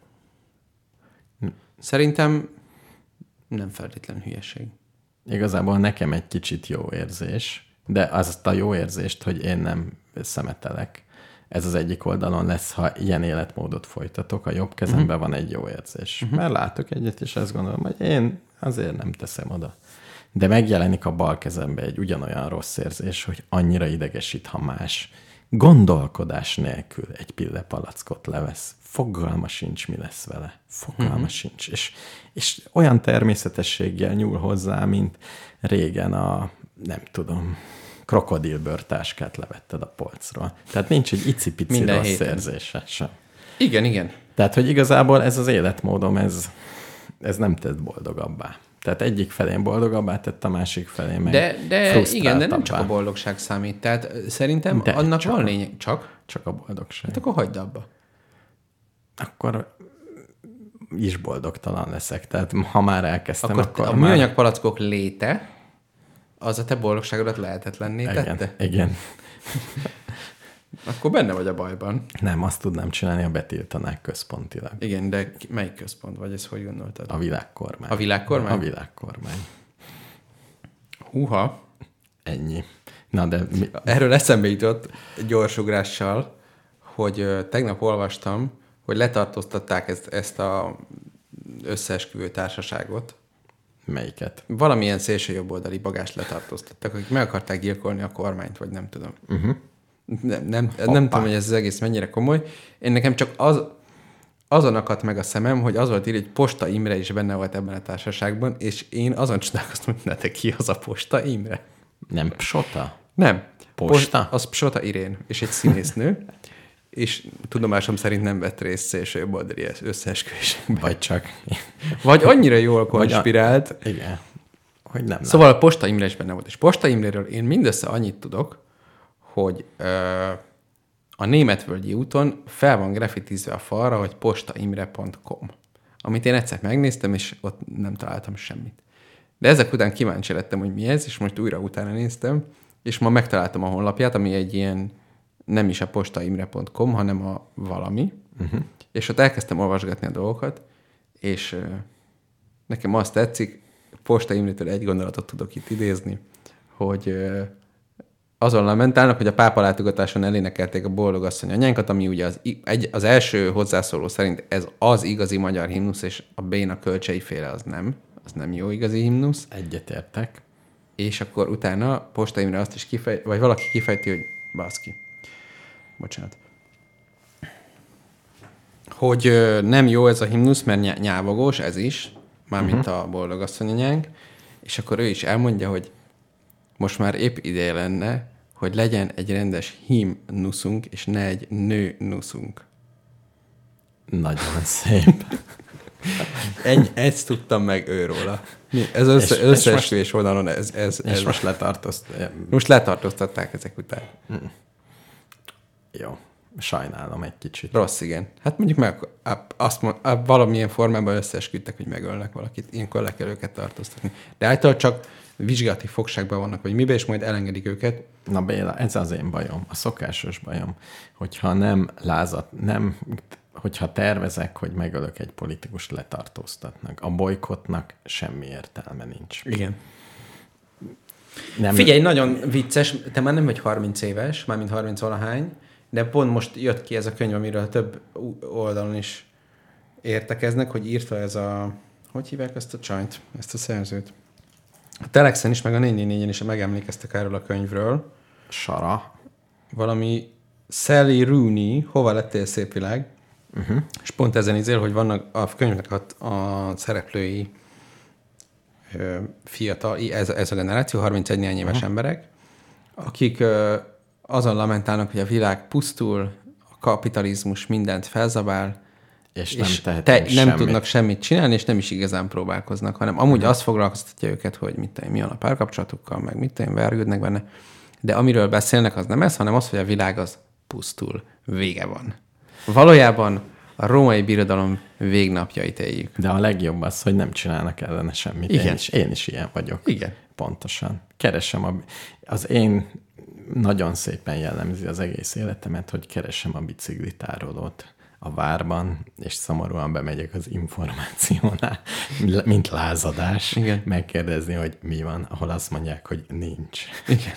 Szerintem nem feltétlen hülyeség. Igazából nekem egy kicsit jó érzés, de azt a jó érzést, hogy én nem szemetelek. Ez az egyik oldalon lesz, ha ilyen életmódot folytatok, a jobb kezemben uh-huh. van egy jó érzés. Uh-huh. Mert látok egyet, és azt gondolom, hogy én azért nem teszem oda. De megjelenik a bal kezembe egy ugyanolyan rossz érzés, hogy annyira idegesít, ha más gondolkodás nélkül egy pillepalackot levesz, fogalma sincs, mi lesz vele. Fogalma uh-huh. sincs. És, és olyan természetességgel nyúl hozzá, mint régen a, nem tudom, krokodilbőrtáskát levetted a polcról. Tehát nincs egy icipici Minden rossz héten. érzése sem. Igen, igen. Tehát, hogy igazából ez az életmódom, ez, ez nem tett boldogabbá. Tehát egyik felén boldogabbá tett, a másik felén meg De, de igen, de nem csak a boldogság számít. Tehát szerintem de annak csak van a, lényeg. Csak? Csak a boldogság. Hát akkor hagyd abba. Akkor is boldogtalan leszek. Tehát ha már elkezdtem, Akkor, akkor a már... műanyag palackok léte az a te boldogságodat lehetetlenné tette? Igen, igen. Akkor benne vagy a bajban. Nem, azt tudnám csinálni, ha betiltanák központilag. Igen, de melyik központ vagy, ezt hogy gondoltad? A világkormány. A világkormány? A világkormány. Húha. Ennyi. Na, de... Mi... Erről eszembe jutott gyorsugrással, hogy ö, tegnap olvastam, hogy letartóztatták ezt, ezt a összeesküvő társaságot. Melyiket? Valamilyen szélső jobboldali bagást letartóztattak, akik meg akarták gyilkolni a kormányt, vagy nem tudom. Uh-huh. Nem, nem, nem tudom, hogy ez az egész mennyire komoly. Én nekem csak az, azon akadt meg a szemem, hogy az volt írva, hogy Posta Imre is benne volt ebben a társaságban, és én azon csodálkoztam, hogy ne te ki az a Posta Imre. Nem Psota? Nem. Posta? Post, az Psota Irén, és egy színésznő, és tudomásom szerint nem vett részt szélső jobboldali összeesküvésekben. Vagy csak... Vagy annyira jól konspirált. A... Igen. Hogy nem. Szóval a Posta Imre is benne volt. És Posta Imréről én mindössze annyit tudok, hogy ö, a Németvölgyi úton fel van grafitizve a falra, hogy postaimre pont com, amit én egyszer megnéztem, és ott nem találtam semmit. De ezek után kíváncsi lettem, hogy mi ez, és most újra utána néztem, és ma megtaláltam a honlapját, ami egy ilyen nem is a postaimre pont com, hanem a valami, uh-huh. és ott elkezdtem olvasgatni a dolgokat, és ö, nekem azt tetszik, Posta Imrétől egy gondolatot tudok itt idézni, hogy ö, azon lamentálnak, hogy a pápa látogatáson elénekelték a Boldogasszony anyánkat, ami ugye az, egy, az első hozzászóló szerint ez az igazi magyar himnusz, és a Béna Kölcsei féle az nem. Az nem jó igazi himnusz. Egyetértek. És akkor utána Posta Imre azt is kifejti, vagy valaki kifejti, hogy baszki. Bocsánat. Hogy ö, nem jó ez a himnusz, mert ny- nyávogós, ez is, mármint uh-huh. a Boldogasszony anyánk, és akkor ő is elmondja, hogy most már épp ideje lenne, hogy legyen egy rendes himnuszunk, és ne egy nőnuszunk. Nagyon szép. Ennyi, ezt tudtam meg őróla. Ez össze, összeesküvés oldalon, ez, ez, És ez most letartóztatták. Most letartóztatták ezek után. Jó. Sajnálom egy kicsit. Rossz, igen. Hát mondjuk meg azt mond, valamilyen formában összeesküdtek, hogy megölnek valakit. Ilyenkor le kell őket tartóztatni. De általában csak vizsgálati fogságban vannak, vagy mibe, és majd elengedik őket. Na Béla, ez az én bajom, a szokásos bajom, hogyha nem lázat, nem, hogyha tervezek, hogy megölök egy politikust, letartóztatnak. A bolykottnak semmi értelme nincs. Igen. Nem... Figyelj, nagyon vicces, te már nem vagy harminc éves, mármint harminc valahány, de pont most jött ki ez a könyv, amiről több oldalon is értekeznek, hogy írta ez a... Hogy hívják ezt a csajnt, ezt a szerzőt? A Telexen is, meg a négy négy négyen is megemlékeztek erről a könyvről. Sara. Valami Sally Rooney, Hova lettél szép világ? Uh-huh. És pont ezen izél, hogy vannak a könyvnek a, a szereplői ö, fiatal, ez, ez a generáció, harmincegy néhány éves uh-huh. emberek, akik ö, azon lamentálnak, hogy a világ pusztul, a kapitalizmus mindent felzabál, és, és nem, te, nem semmit. tudnak semmit csinálni, és nem is igazán próbálkoznak, hanem amúgy uh-huh. azt foglalkoztatja őket, hogy mit tenni, mi van a párkapcsolatukkal, meg mit tenni, vergődnek benne, de amiről beszélnek, az nem ez, hanem az, hogy a világ az pusztul, vége van. Valójában a római birodalom végnapjait éljük. De a legjobb az, hogy nem csinálnak ellene semmit. Igen. Én is, én is ilyen vagyok. Igen. Pontosan. Keresem a... Az én nagyon szépen jellemzi az egész életemet, hogy keresem a biciklitárolót a várban, és szomorúan bemegyek az információnál, mint lázadás, igen. megkérdezni, hogy mi van, ahol azt mondják, hogy nincs. Igen.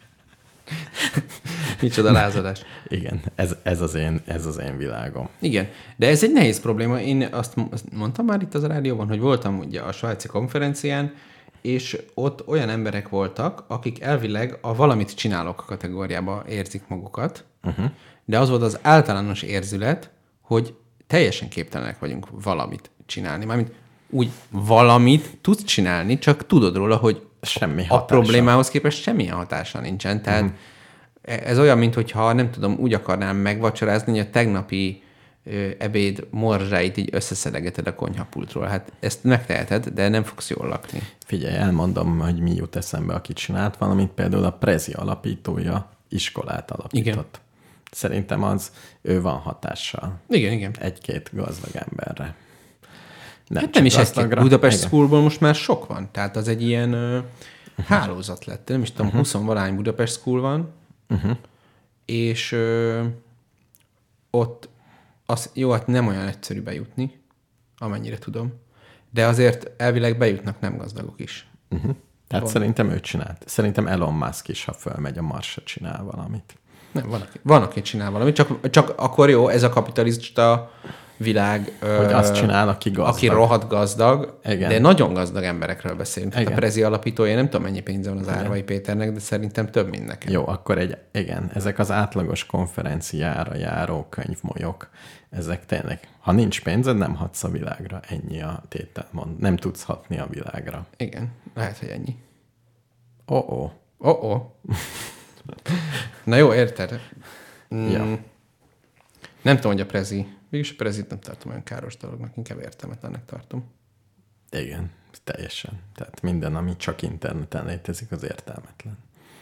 Micsoda lázadás. Igen, ez, ez, az én, ez az én világom. Igen, de ez egy nehéz probléma. Én azt mondtam már itt az a rádióban, hogy voltam ugye a svájci konferencián, és ott olyan emberek voltak, akik elvileg a valamit csinálok kategóriába érzik magukat, Uh-huh. De az volt az általános érzület, hogy teljesen képtelenek vagyunk valamit csinálni. Mármint úgy valamit tudsz csinálni, csak tudod róla, hogy semmi a problémához képest semmilyen hatása nincsen. Tehát uh-huh. ez olyan, mintha nem tudom, úgy akarnám megvacsorázni, hogy a tegnapi ö, ebéd morzsáit így összeszedegeted a konyhapultról. Hát ezt megteheted, de nem fogsz jól lakni. Figyelj, elmondom, hogy mi jut eszembe, aki csinált valamit. Például a Prezi alapítója iskolát alapított. Igen. Szerintem az, ő van hatással. Igen, igen. Egy-két gazdag emberre. Nem, hát nem is egy Budapest igen. Schoolból most már sok van. Tehát az egy ilyen ö, uh-huh. hálózat lett. Nem is tudom, uh-huh. húsz-valány Budapest School van, uh-huh. és ö, ott az, jó, hát nem olyan egyszerű bejutni, amennyire tudom, de azért elvileg bejutnak nem gazdagok is. Uh-huh. Tehát van. Szerintem ő csinált. Szerintem Elon Musk is, ha fölmegy a Marsra, csinál valamit. Nem, van, aki, van, aki csinál valamit, csak, csak akkor jó, ez a kapitalista világ, hogy ö, azt csinál, aki gazdag. Aki rohadt gazdag, igen. de nagyon gazdag emberekről beszélünk. Hát a Prezi alapítója, nem tudom, mennyi pénze van az igen. Árvai Péternek, de szerintem több, mint nekem. Jó, akkor egy, igen, ezek az átlagos konferenciára járó könyvmolyok, ezek tényleg, ha nincs pénzed, nem hatsz a világra. Ennyi a tétel, mond. Nem tudsz hatni a világra. Igen, lehet, hogy ennyi. Oh-oh. Oh-oh. Na jó, érted? Mm, ja. Nem tudom, hogy a Prezi, mégis a Prezit nem tartom olyan káros dolognak, inkább értelmetlennek tartom. Igen, teljesen. Tehát minden, ami csak interneten létezik, az értelmetlen.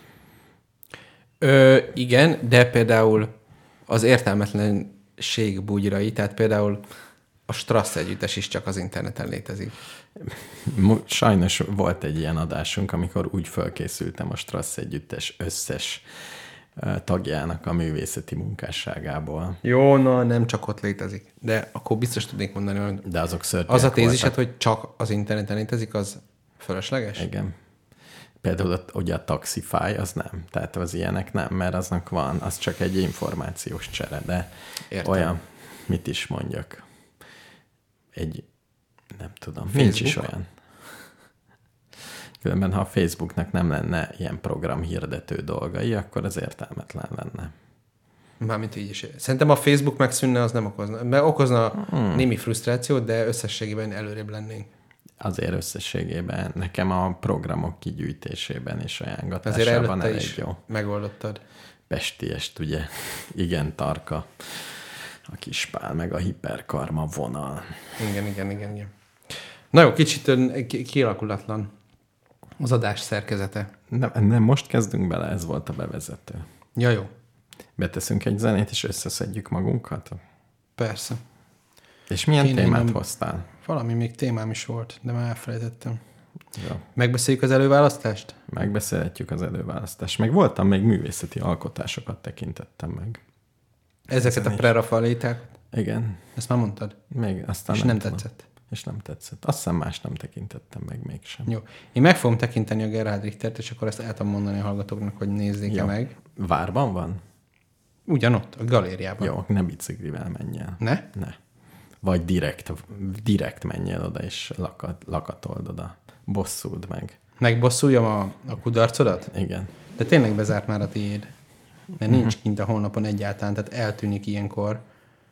Ö, igen, de például az értelmetlenség bugyrai, tehát például a Strassz együttes is csak az interneten létezik. Sajnos volt egy ilyen adásunk, amikor úgy felkészültem a Strassz együttes összes tagjának a művészeti munkásságából. Jó, na, nem csak ott létezik. De akkor biztos tudnék mondani, hogy de azok szörnyűek az a tézised, hogy csak az interneten létezik, az fölösleges? Igen. Például ugye a Taxify, az nem. Tehát az ilyenek nem, mert aznak van, az csak egy információs csere, de értem. Olyan, mit is mondjak, egy, nem tudom, Facebook? Nincs is olyan. Különben, ha a Facebooknak nem lenne ilyen programhirdető dolgai, akkor az értelmetlen lenne. Mármint így is. Szerintem a Facebook megszűnne, az nem okozna. Mert okozna hmm. némi frusztrációt, de összességében előrébb lennénk. Azért összességében nekem a programok kigyűjtésében és ajánlatásában elég is jó. Megoldottad. Pestiest, ugye? Igen, tarka. A Kispál, meg a hiperkarma vonal. Igen, igen, igen, igen. Na jó, kicsit kialakulatlan az adás szerkezete. Nem, nem, most kezdünk bele, ez volt a bevezető. Ja, jó. Beteszünk egy zenét, és összeszedjük magunkat? Persze. És milyen Kéne témát nem... hoztál? Valami még témám is volt, de már elfelejtettem. Ja. Megbeszéljük az előválasztást? Megbeszélhetjük az előválasztást. Meg voltam, még művészeti alkotásokat tekintettem meg. Ezeket a prerafalétákat? Igen. Ezt már mondtad? Még aztán és nem, nem tetszett? És nem tetszett. Azt hiszem más nem tekintettem meg mégsem. Jó. Én meg fogom tekinteni a Gerhard Richtert, és akkor ezt el tudom mondani a hallgatóknak, hogy nézzék-e meg. Várban van? Ugyanott, a galériában. Jó, ne biciklivel menj el. Ne? Ne. Vagy direkt, direkt menjél oda, és lakat, lakatold oda. Bosszuld meg. Megbosszuljam a, a kudarcodat? Igen. De tényleg bezárt már a tiéd. Mert nincs kint a honlapon egyáltalán, tehát eltűnik ilyenkor.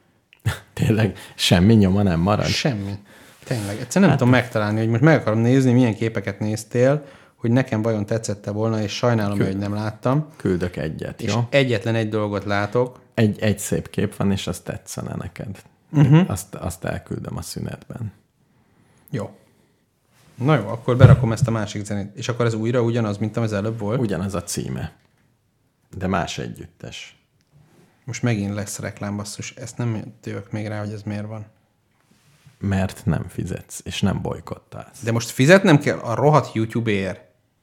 Tényleg semmi nyoma nem marad? Semmi. Tényleg. Egyszerűen nem hát tudom megtalálni, hogy most meg akarom nézni, milyen képeket néztél, hogy nekem vajon tetszette volna, és sajnálom, Küld, hogy nem láttam. Küldök egyet, és jó? egyetlen egy dolgot látok. Egy, egy szép kép van, és azt tetszene neked. Uh-huh. Azt, azt elküldöm a szünetben. Jó. Na jó, akkor berakom ezt a másik zenét. És akkor ez újra ugyanaz, mint az előbb volt? Ugyanaz a címe. De más együttes. Most megint lesz reklámbasszus. Ezt nem tőlök még rá, hogy ez miért van. Mert nem fizetsz, és nem bojkottálsz. De most fizetnem kell a rohadt YouTube-ért.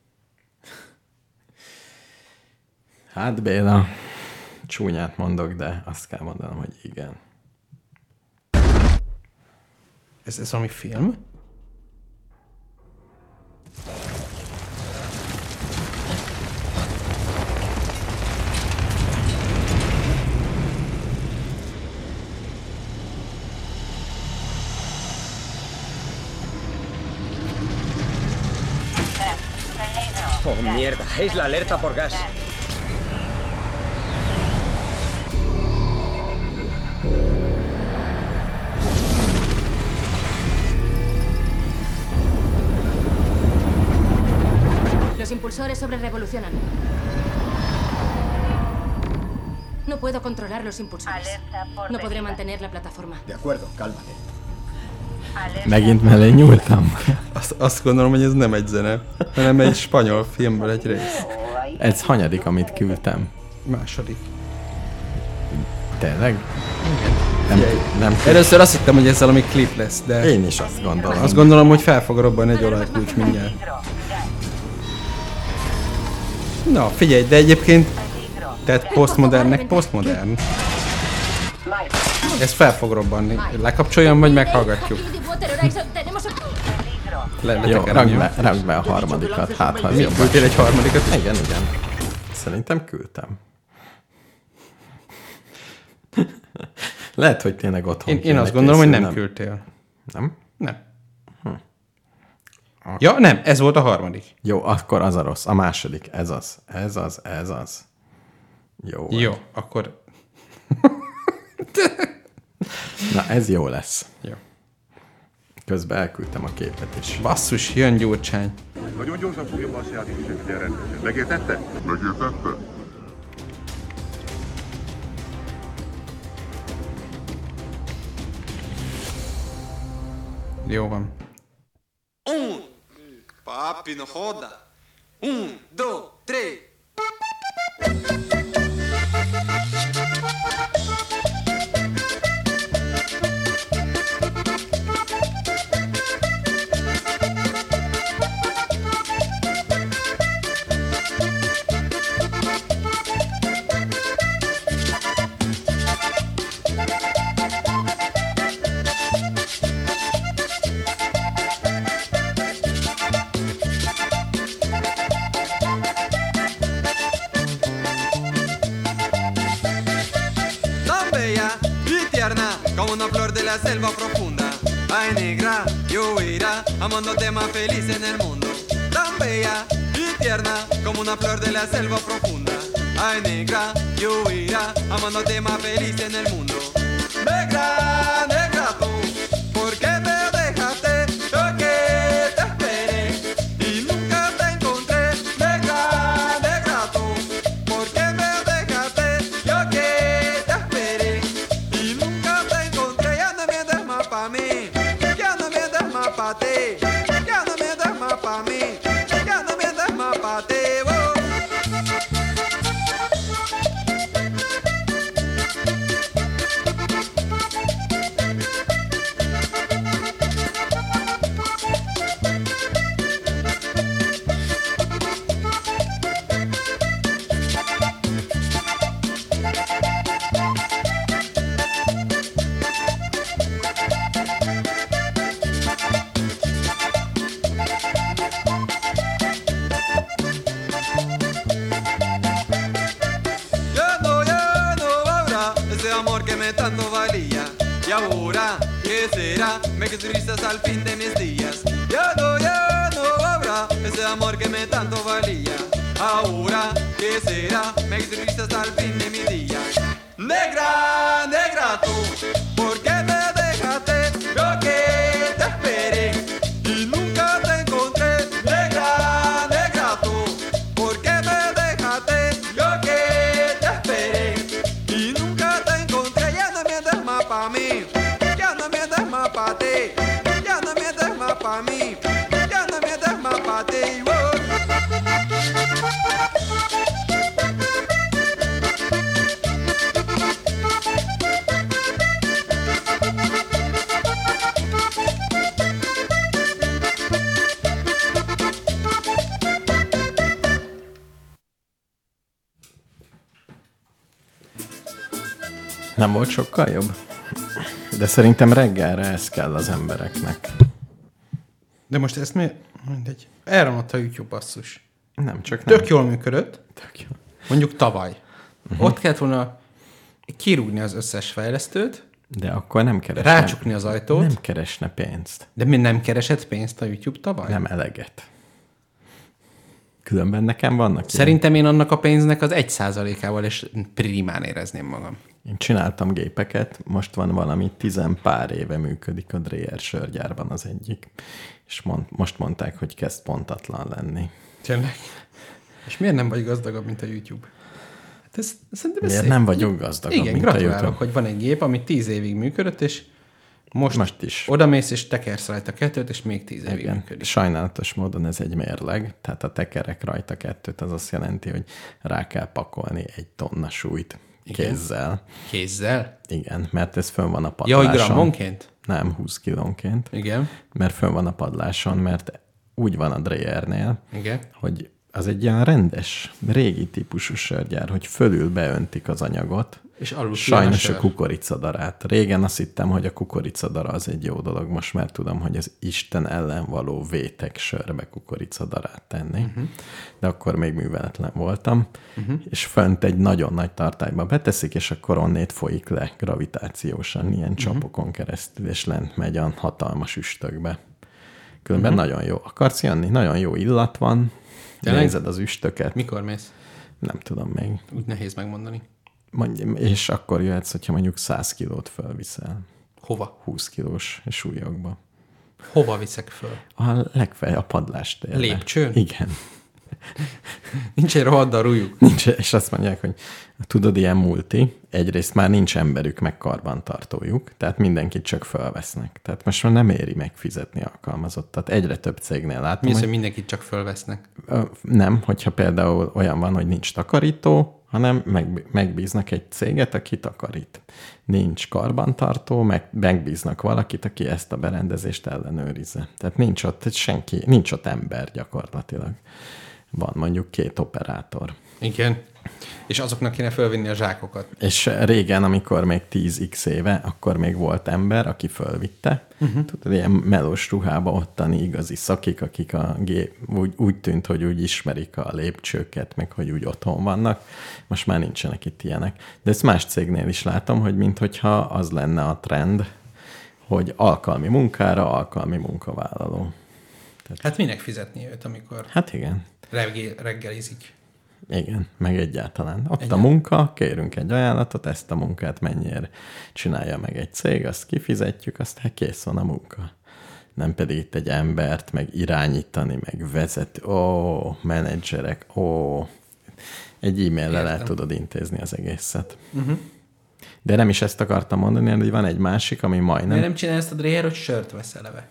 Hát Béla, csúnyát mondok, de azt kell mondanom, hogy igen. Ez, ez valami film? Oh, mierda. Es la alerta por gas. impulsores sobre revolucionan. No puedo controlar los impulsores. No podré mantener la plataforma. De acuerdo, cálmate. Megint mellé nyúltam. Azt, azt gondolom, hogy ez nem egy zene, hanem egy spanyol filmből egy rész. Ez hanyadik, amit küldtem? Második. Tényleg? Igen. Nem, nem Először azt hittem, hogy ez valami klip lesz, de... Én is azt gondolom. Azt gondolom, hogy fel fog robbanni egy olajkulcs mindjárt. Na, figyelj, de egyébként... Tehát posztmodernnek posztmodern. Ez fel fog robbanni. Lekapcsoljam, vagy meghallgatjuk? Le, Jó, rakd be, rakd be a harmadikat, hát ha ez jobb. Küldtél egy harmadikat? Igen, igen. Szerintem küldtem. Lehet, hogy tényleg otthon Én, én azt gondolom, készül, hogy nem, nem küldtél. Nem? Nem. Hm. Ja, nem, ez volt a harmadik. Jó, akkor az a rossz. A második, ez az. Ez az, ez az. Jó. Jó, vagy. akkor... Na, ez jó lesz. Jó. Közben elküldtem a képet is. Basszus, jön Gyurcsány. Nagyon gyorsan fogja be a saját időseket rendesen. Megértette? Megértette? Jó van. Um, papi, no joda. Um, dos, três. Como una flor de la selva profunda. Ay, negra, yo irá amándote más feliz en el mundo. Tan bella y tierna como una flor de la selva profunda. Ay, negra, yo irá amándote más feliz en el mundo. Negra, negra tú, ¿por qué me dejaste? Yo que te esperé y nunca te encontré. Negra, negra tú, ¿por qué me dejaste? Yo que te esperé y nunca te encontré. Ya no mientes más pa' mí, ya no mientes más pa' ti, ya no mientes más pa' mí, ya no mientes más pa' ti. Oh. Ya no, ya no habrá ese amor que me tanto valía. Y ahora, ¿qué será? Me quedaste al fin de mis días. Ya no, ya no habrá ese amor que me tanto valía. Ahora, ¿qué será? Me quedaste al fin de mis días. Negra, negra tú, ¿por qué me dejaste? Yo que te esperé y nunca te encontré. Negra, negra tú, ¿por qué me dejaste? Yo que te esperé y nunca te encontré. Ya no mientes más pa' mí, ya no mientes más pa' ti, ya no mientes más pa' mí, ya no mientes más pa' ti. Oh. Nem volt sokkal jobb? De szerintem reggelre ez kell az embereknek. De most ezt miért? Mindegy. Elromlott a YouTube basszus. Nem, csak nem. Tök jól működött. Tök jó. Mondjuk tavaly. Uh-huh. Ott kellett volna kirúgni az összes fejlesztőt, De akkor nem keresne. rácsukni az ajtót. Nem keresne pénzt. De mi nem keresett pénzt a YouTube tavaly? Nem eleget. Különben nekem vannak. Szerintem én annak a pénznek az egy százalékával és primán érezném magam. Én csináltam gépeket, most van valami tizen pár éve működik a Dreher sörgyárban az egyik, és mond, most mondták, hogy kezd pontatlan lenni. Tényleg? És miért nem vagy gazdagabb, mint a YouTube? Hát ez, szerintem ez Miért szép. nem vagyok gazdagabb, Igen, mint a gratulálok, YouTube? hogy van egy gép, ami tíz évig működött, és most, Most is. odamész, és tekersz rajta kettőt, és még tíz évig Igen. működik. Sajnálatos módon ez egy mérleg, tehát a tekerek rajta kettőt, az azt jelenti, hogy rá kell pakolni egy tonna súlyt Igen. kézzel. Kézzel? Igen, mert ez fönn van a Ja, hogy padláson. grammonként? Nem, húsz kilónként. Igen. Mert fönn van a padláson, mert úgy van a Drehernél, Igen. hogy az egy ilyen rendes, régi típusú sörgyár, hogy fölül beöntik az anyagot, És alul sajnos kijön a a sör. kukoricadarát. Régen azt hittem, hogy a kukoricadara az egy jó dolog, most már tudom, hogy az Isten ellen való vétek sörbe kukoricadarát tenni. Uh-huh. De akkor még műveletlen voltam, uh-huh. és fönt egy nagyon nagy tartályba beteszik, és akkor onnét folyik le gravitációsan, ilyen uh-huh. csapokon keresztül, és lent megy a hatalmas üstökbe. Különben uh-huh. nagyon jó. Akarsz jönni? Nagyon jó illat van. Tényleg? Nézed az üstöket. Mikor mész? Nem tudom még. Úgy nehéz megmondani. Mondj, és akkor jöhetsz, hogyha mondjuk száz kilót fölviszel. Hova? húsz kilós súlyokba. Hova viszek föl? A legfeljebb a padlástérre. Lépcsőn? Igen. Nincs egy rohaddal rújuk. Nincs, és azt mondják, hogy tudod, ilyen multi, egyrészt már nincs emberük, meg karbantartójuk, tehát mindenkit csak fölvesznek. Tehát most már nem éri megfizetni alkalmazottat. Egyre több cégnél látom, Mi az, hogy hogy mindenkit csak fölvesznek? ö, nem, hogyha például olyan van, hogy nincs takarító, hanem meg, megbíznak egy céget, aki takarít. Nincs karbantartó, meg, megbíznak valakit, aki ezt a berendezést ellenőrizze. Tehát nincs ott senki, nincs ott ember gyakorlatilag. Van mondjuk két operátor. Igen. És azoknak kéne fölvinni a zsákokat. És régen, amikor még tíz x éve, akkor még volt ember, aki fölvitte. Uh-huh. Tudod, ilyen melós ruhába ottani igazi szakik, akik a gép, úgy, úgy tűnt, hogy úgy ismerik a lépcsőket, meg hogy úgy otthon vannak. Most már nincsenek itt ilyenek. De ezt más cégnél is látom, hogy minthogyha az lenne a trend, hogy alkalmi munkára, alkalmi munkavállaló. Tehát, Hát minek fizetni őt, amikor hát igen. reggel, reggelizik? Igen, meg egyáltalán. Ott Egyáltalán. a munka, kérünk egy ajánlatot, ezt a munkát mennyire csinálja meg egy cég, azt kifizetjük, aztán kész van a munka. Nem pedig itt egy embert meg irányítani, meg vezetni, ó, menedzserek, ó, egy e-maillel el tudod intézni az egészet. Uh-huh. De nem is ezt akartam mondani, hogy van egy másik, ami majdnem... Miért nem csinál ezt a Dreher, hogy sört vesz eleve?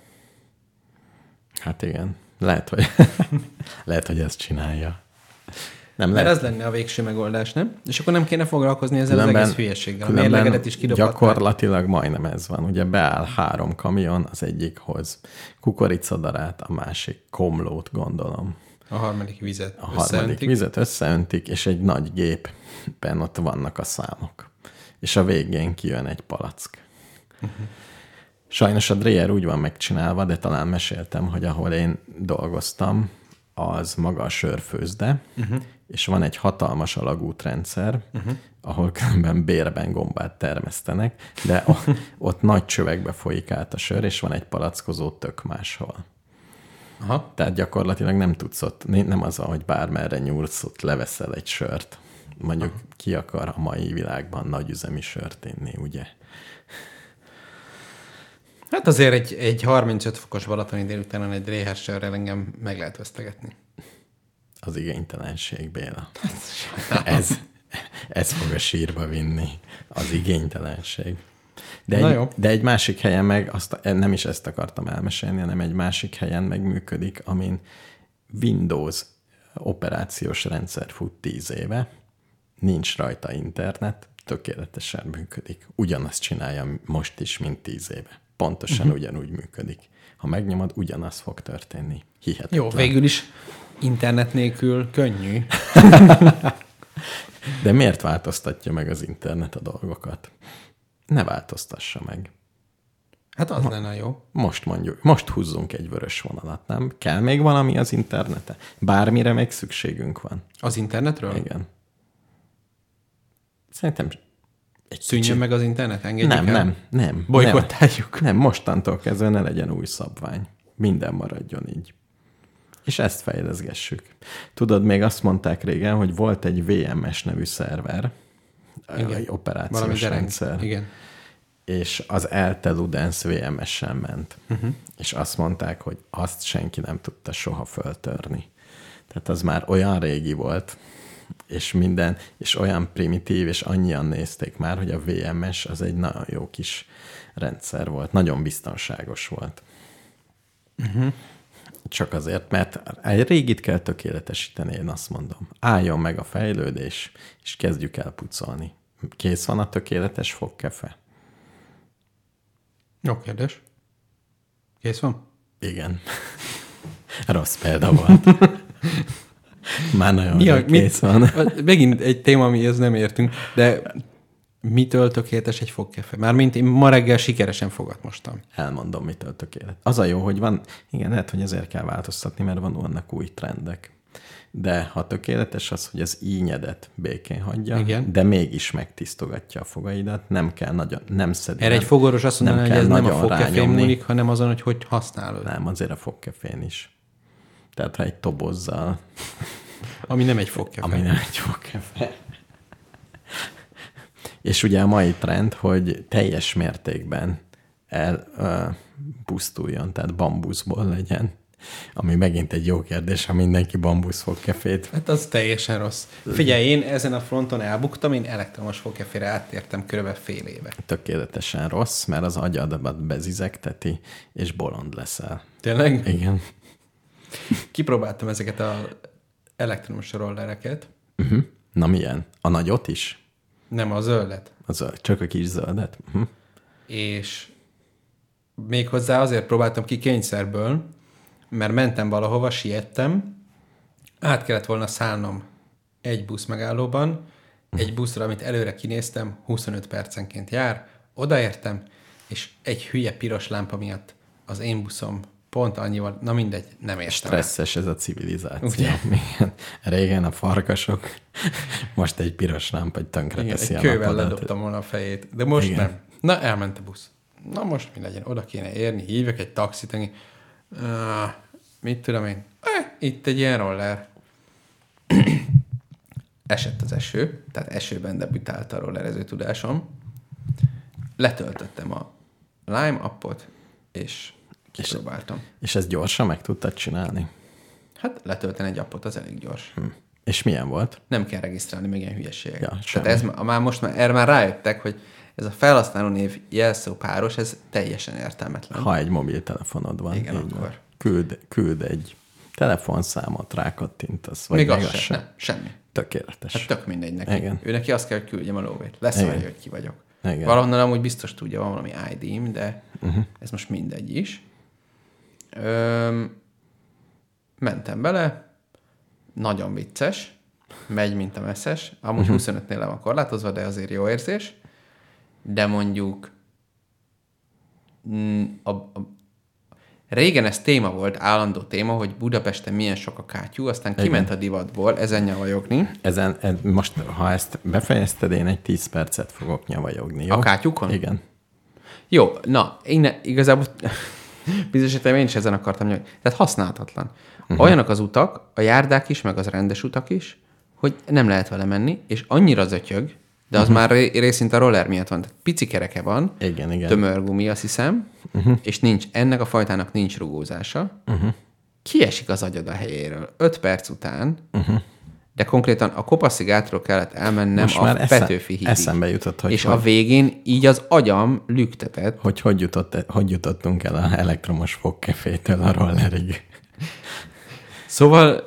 Hát igen, lehet, hogy, lehet, hogy ezt csinálja. Nem, Mert lehet. az lenne a végső megoldás, nem? És akkor nem kéne foglalkozni ezzel Különben- az egész hülyeséggel. A különben mérlegedet is kidobhatnák. gyakorlatilag majdnem ez van. Ugye beáll három kamion, az egyik hoz kukoricadarát, a másik komlót, gondolom. A harmadik vizet A harmadik összeöntik. vizet összeöntik, és egy nagy gépben ott vannak a számok. És a végén kijön egy palack. Uh-huh. Sajnos a Dreher úgy van megcsinálva, de talán meséltem, hogy ahol én dolgoztam, az maga a sörfőzde, uh-huh. és van egy hatalmas alagútrendszer, uh-huh. ahol különben bérben gombát termesztenek, de o- ott nagy csövekbe folyik át a sör, és van egy palackozó tök máshol. Aha. Tehát gyakorlatilag nem tudsz ott, nem az, hogy bármerre nyúlsz, ott leveszel egy sört. Mondjuk aha. ki akar a mai világban nagyüzemi sört inni, ugye? Hát azért egy, egy harmincöt fokos balatoni délutánon egy Dreher sörrel engem meg lehet vesztegetni. Az igénytelenség, Béla. ez, ez fog a sírba vinni. Az igénytelenség. De Na egy, jó. de egy másik helyen meg, azt, nem is ezt akartam elmesélni, hanem egy másik helyen meg működik, amin Windows operációs rendszer fut tíz éve, nincs rajta internet, tökéletesen működik. Ugyanazt csinálja most is, mint tíz éve. Pontosan uh-huh. ugyanúgy működik. Ha megnyomod, ugyanaz fog történni. Hihetetlen. Jó, végül is internet nélkül könnyű. De miért változtatja meg az internet a dolgokat? Ne változtassa meg. Hát az lenne jó. Most mondjuk, most húzzunk egy vörös vonalat, nem? Kell még valami az interneten? Bármire még szükségünk van. Az internetről? Igen. Szerintem egy Szűnjön kicsit... meg az internet? Engedjük Nem, el? nem, nem. Bolykottáljuk. Nem, nem, mostantól kezdve ne legyen új szabvány. Minden maradjon így. És ezt fejleszgessük. Tudod, még azt mondták régen, hogy volt egy vé em es nevű szerver, Igen. egy operációs rendszer. Igen. És az Elte Ludens vé em es-en ment. Uh-huh. És azt mondták, hogy azt senki nem tudta soha föltörni. Tehát az már olyan régi volt, és minden, és olyan primitív, és annyian nézték már, hogy a vé em es az egy nagyon jó kis rendszer volt. Nagyon biztonságos volt. Uh-huh. Csak azért, mert egy régit kell tökéletesíteni, én azt mondom. Álljon meg a fejlődés, és kezdjük el pucolni. Kész van a tökéletes fogkefe? Jó kérdés. Kész van? Igen. Rossz példa volt. Már nagyon Mi a, kész mit, van. Megint egy téma, amihez nem értünk, de mitől tökéletes egy fogkefe? Mármint én ma reggel sikeresen fogat mostam. Elmondom, mitől tökéletes. Az a jó, hogy van, igen, lehet, hogy ezért kell változtatni, mert van vannak új trendek. De ha tökéletes az, hogy az ínyedet békén hagyja, igen. de mégis megtisztogatja a fogaidat, nem kell nagyon, nem szedi. Erre egy fogorvos azt mondaná, hogy ez nem a fogkefén múlik, hanem azon, hogy hogy használod. Nem, azért a fogkefén is. Tehát ha egy tobozzal... Ami nem egy fogkefe. Ami nem egy fogkefe. És ugye a mai trend, hogy teljes mértékben elpusztuljon, tehát bambuszból legyen. Ami megint egy jó kérdés, ha mindenki bambusz fogkefét. Hát az teljesen rossz. Figyelj, én ezen a fronton elbuktam, én elektromos fogkefére áttértem körülbelül fél éve. Tökéletesen rossz, mert az agyadat bezizegteti, és bolond leszel. Tényleg? Igen. Kipróbáltam ezeket az elektromos rollereket. Uh-huh. Na milyen? A nagyot is? Nem, a zöldet. A zöld, csak a kis zöldet? Uh-huh. És méghozzá azért próbáltam ki kényszerből, mert mentem valahova, siettem, át kellett volna szállnom egy busz megállóban, egy buszra, amit előre kinéztem, huszonöt percenként jár, odaértem, és egy hülye piros lámpa miatt az én buszom pont annyival, na mindegy, nem értem. Stresszes ez a civilizáció. Igen. Régen a farkasok, most egy piros lámpa, egy tönkre teszi a napodat. Kővel ledobtam volna a fejét, de most igen. nem. Na, elment a busz. Na most mi legyen, oda kéne érni, hívjak egy taxit, ami... Uh, mit tudom én? Eh, itt egy ilyen roller. Esett az eső, tehát esőben debütált a rollerező tudásom. Letöltöttem a Lime appot, és kipróbáltam. És, és ezt gyorsan meg tudtad csinálni? Hát letölteni egy appot, az elég gyors. Hm. És milyen volt? Nem kell regisztrálni még ilyen hülyeségek. Ja, tehát ez már most már, erre már rájöttek, hogy ez a felhasználó név jelszó páros, ez teljesen értelmetlen. Ha egy mobiltelefonod van. Igen, akkor. Küld, küld egy telefonszámot, rákattintasz. Vagy még az sem, sem, nem, semmi. Tökéletes. Hát tök mindegy neki. Igen. Ő neki azt kell, hogy küldjem a lóvét. Leszarja, hogy ki vagyok. Igen. Valahonnan amúgy biztos tudja, van valami í dém, de uh-huh. ez most mindegy is. Öm, mentem bele, nagyon vicces, megy, mint a messzes. Amúgy uh-huh. huszonötnél le van korlátozva, de azért jó érzés. De mondjuk a, a, régen ez téma volt, állandó téma, hogy Budapesten milyen sok a kátyú, aztán igen. kiment a divatból, ezen nyavajogni. Ezen, ez, most, ha ezt befejezted, én egy tíz percet fogok nyavajogni, jó? A kátyúkon? Igen. Jó, na, én igazából bizonyos értelemben én is ezen akartam nyavajogni. Tehát használhatatlan. Uh-huh. Olyanok az utak, a járdák is, meg az rendes utak is, hogy nem lehet vele menni, és annyira zötyög, de az uh-huh. már részint a roller miatt van. Tehát pici kereke van, igen, igen. tömörgumi, azt hiszem, uh-huh. és nincs, ennek a fajtának nincs rugózása. Uh-huh. Kiesik az agyad a helyéről öt perc után, uh-huh. de konkrétan a Kopaszigátról kellett elmennem most a Petőfi hídig. Eszembe jutott, hogy... És hogy, a végén így az agyam lüktetett. Hogy hogy, jutott, hogy jutottunk el az elektromos fogkefétől a rollerig. Szóval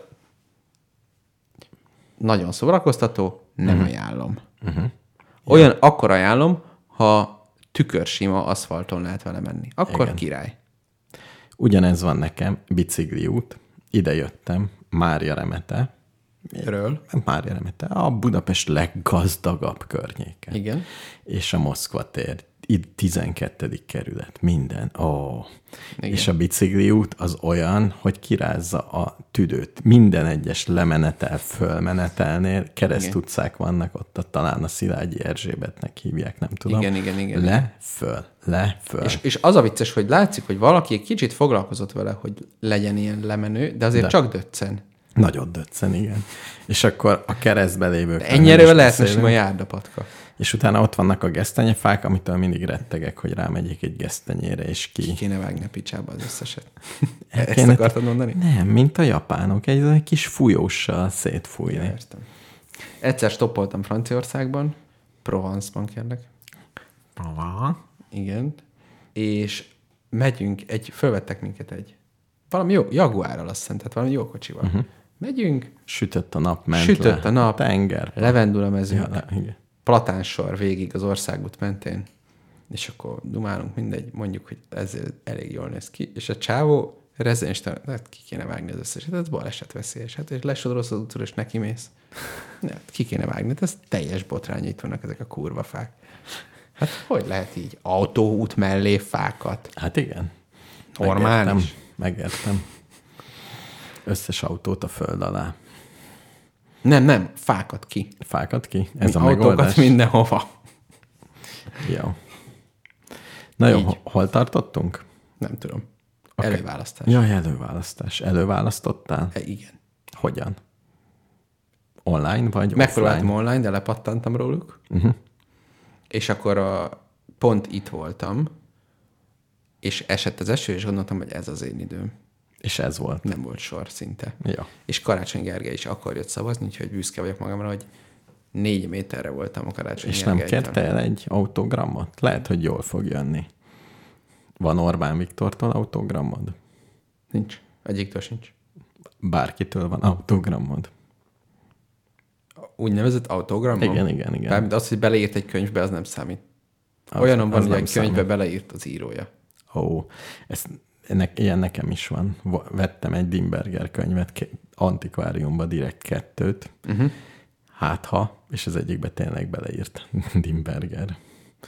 nagyon szórakoztató, nem uh-huh. ajánlom. Uh-huh. Olyan, ja. akkor ajánlom, ha tükörsima aszfalton lehet vele menni. Akkor igen. király. Ugyanez van nekem, bicikliút. Ide jöttem, Mária Remete. Ről? Mária Remete, a Budapest leggazdagabb környéke. Igen. És a Moszkva tér itt tizenkettedik kerület, minden. Ó. És a bicikliút az olyan, hogy kirázza a tüdőt. Minden egyes lemenetel, fölmenetelnél keresztutcák vannak ott, talán a Szilágyi Erzsébetnek hívják, nem tudom. Igen, igen, igen. Le, föl, le, föl. És, és az a vicces, hogy látszik, hogy valaki egy kicsit foglalkozott vele, hogy legyen ilyen lemenő, de azért de. csak döccen. Nagyon döccen, igen. És akkor a keresztbe lévők... Ennyire lehetne sima járdapatka. És utána ott vannak a gesztenyefák, amitől mindig rettegek, hogy rámegyek egy gesztenyére, és ki... Ki kéne vágni a picsába az összeset. Ezt kéne... akartad mondani? Nem, mint a japánok, egy, egy kis fújóssal szétfújni. Ja, értem. Egyszer stoppoltam Franciaországban, Provence-ban kérlek. Provence? Igen. És megyünk, egy, fölvettek minket egy valami jó, Jaguárral azt hiszem, tehát valami jó kocsival. Uh-huh. Megyünk. Sütött a nap, ment Sütött le. a nap. Tenger. Levendula mezők. Ja, le, igen. Platánsor végig az országút mentén. És akkor dumálunk, mindegy, mondjuk, hogy ez elég jól néz ki. És a csávó rezénstelen, hát ki kéne vágni az összeset, ez baleset veszélyes. Hát, és lesodorolsz az útról, és neki mész. Hát, ki kéne vágni, hát ez teljes botrány, itt vannak ezek a kurva fák. Hát hogy lehet így autóút mellé fákat? Hát igen. Normális. Megértem. Megértem. Összes autót a föld alá. Nem, nem, fákat ki. Fákat ki? Ez Mi a megoldás? Autókat mindenhova. Jó. Na jó, Így. hol tartottunk? Nem tudom. Okay. Előválasztás. Jaj, előválasztás. Előválasztottál? E, igen. Hogyan? Online vagy Megpróbáltam offline? online, de lepattantam róluk. Uh-huh. És akkor a, pont itt voltam, és esett az eső, és gondoltam, hogy ez az én időm. És ez volt. Nem volt sor szinte. Ja. És Karácsony Gergely is akkor jött szavazni, úgyhogy büszke vagyok magamra, hogy négy méterre voltam a Karácsony És nem Gergelytől. kérte el egy autogramot? Lehet, hogy jól fog jönni. Van Orbán Viktortól autogramod? Nincs. Egyiktől sincs. Bárkitől van autogramod? Úgynevezett autogramom? Igen, igen, igen. Bármint az, hogy beleírt egy könyvbe, az nem számít. Az, Olyanom van, az hogy nem egy könyvbe számít. beleírt az írója. Ó, ez, ennek, ilyen nekem is van. Vettem egy Dimberger könyvet, antikváriumba direkt kettőt. Uh-huh. Hát ha, és az egyikbe tényleg beleírt Dimberger.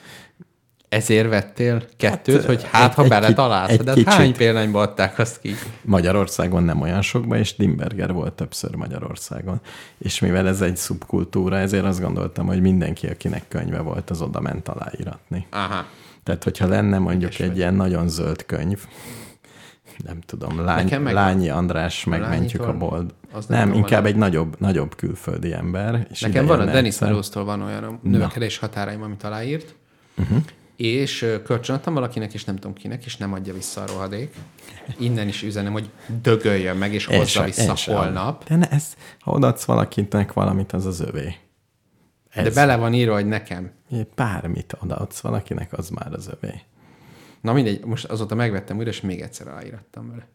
Ezért vettél kettőt, hát, hogy hát, egy, ha egy beletalálsz. Egy De kicsit. hány példányba adták azt ki? Magyarországon nem olyan sokba, és Dimberger volt többször Magyarországon. És mivel ez egy szubkultúra, ezért azt gondoltam, hogy mindenki, akinek könyve volt, az oda ment aláíratni. Aha. Tehát, hogyha lenne mondjuk Ügyes egy vagy. ilyen nagyon zöld könyv, nem tudom, Lány, meg Lányi András, megmentjük a bold. Nem, inkább egy nagyobb, nagyobb külföldi ember. És Nekem van a Denis egyszer... Meadows-tól van olyan a növekedés határaim, amit aláírt, uh-huh. és kölcsönadtam valakinek, és nem tudom kinek, és nem adja vissza a rohadék. Innen is üzenem, hogy dögöljön meg, és hozza se, vissza se holnap. De ne, ez, ha odaadsz valakinek valamit, az az övé. Ez. De bele van írva, hogy nekem. Bármit odaadsz valakinek, az már az övé. Na mindegy, most azóta megvettem újra, és még egyszer aláírattam vele.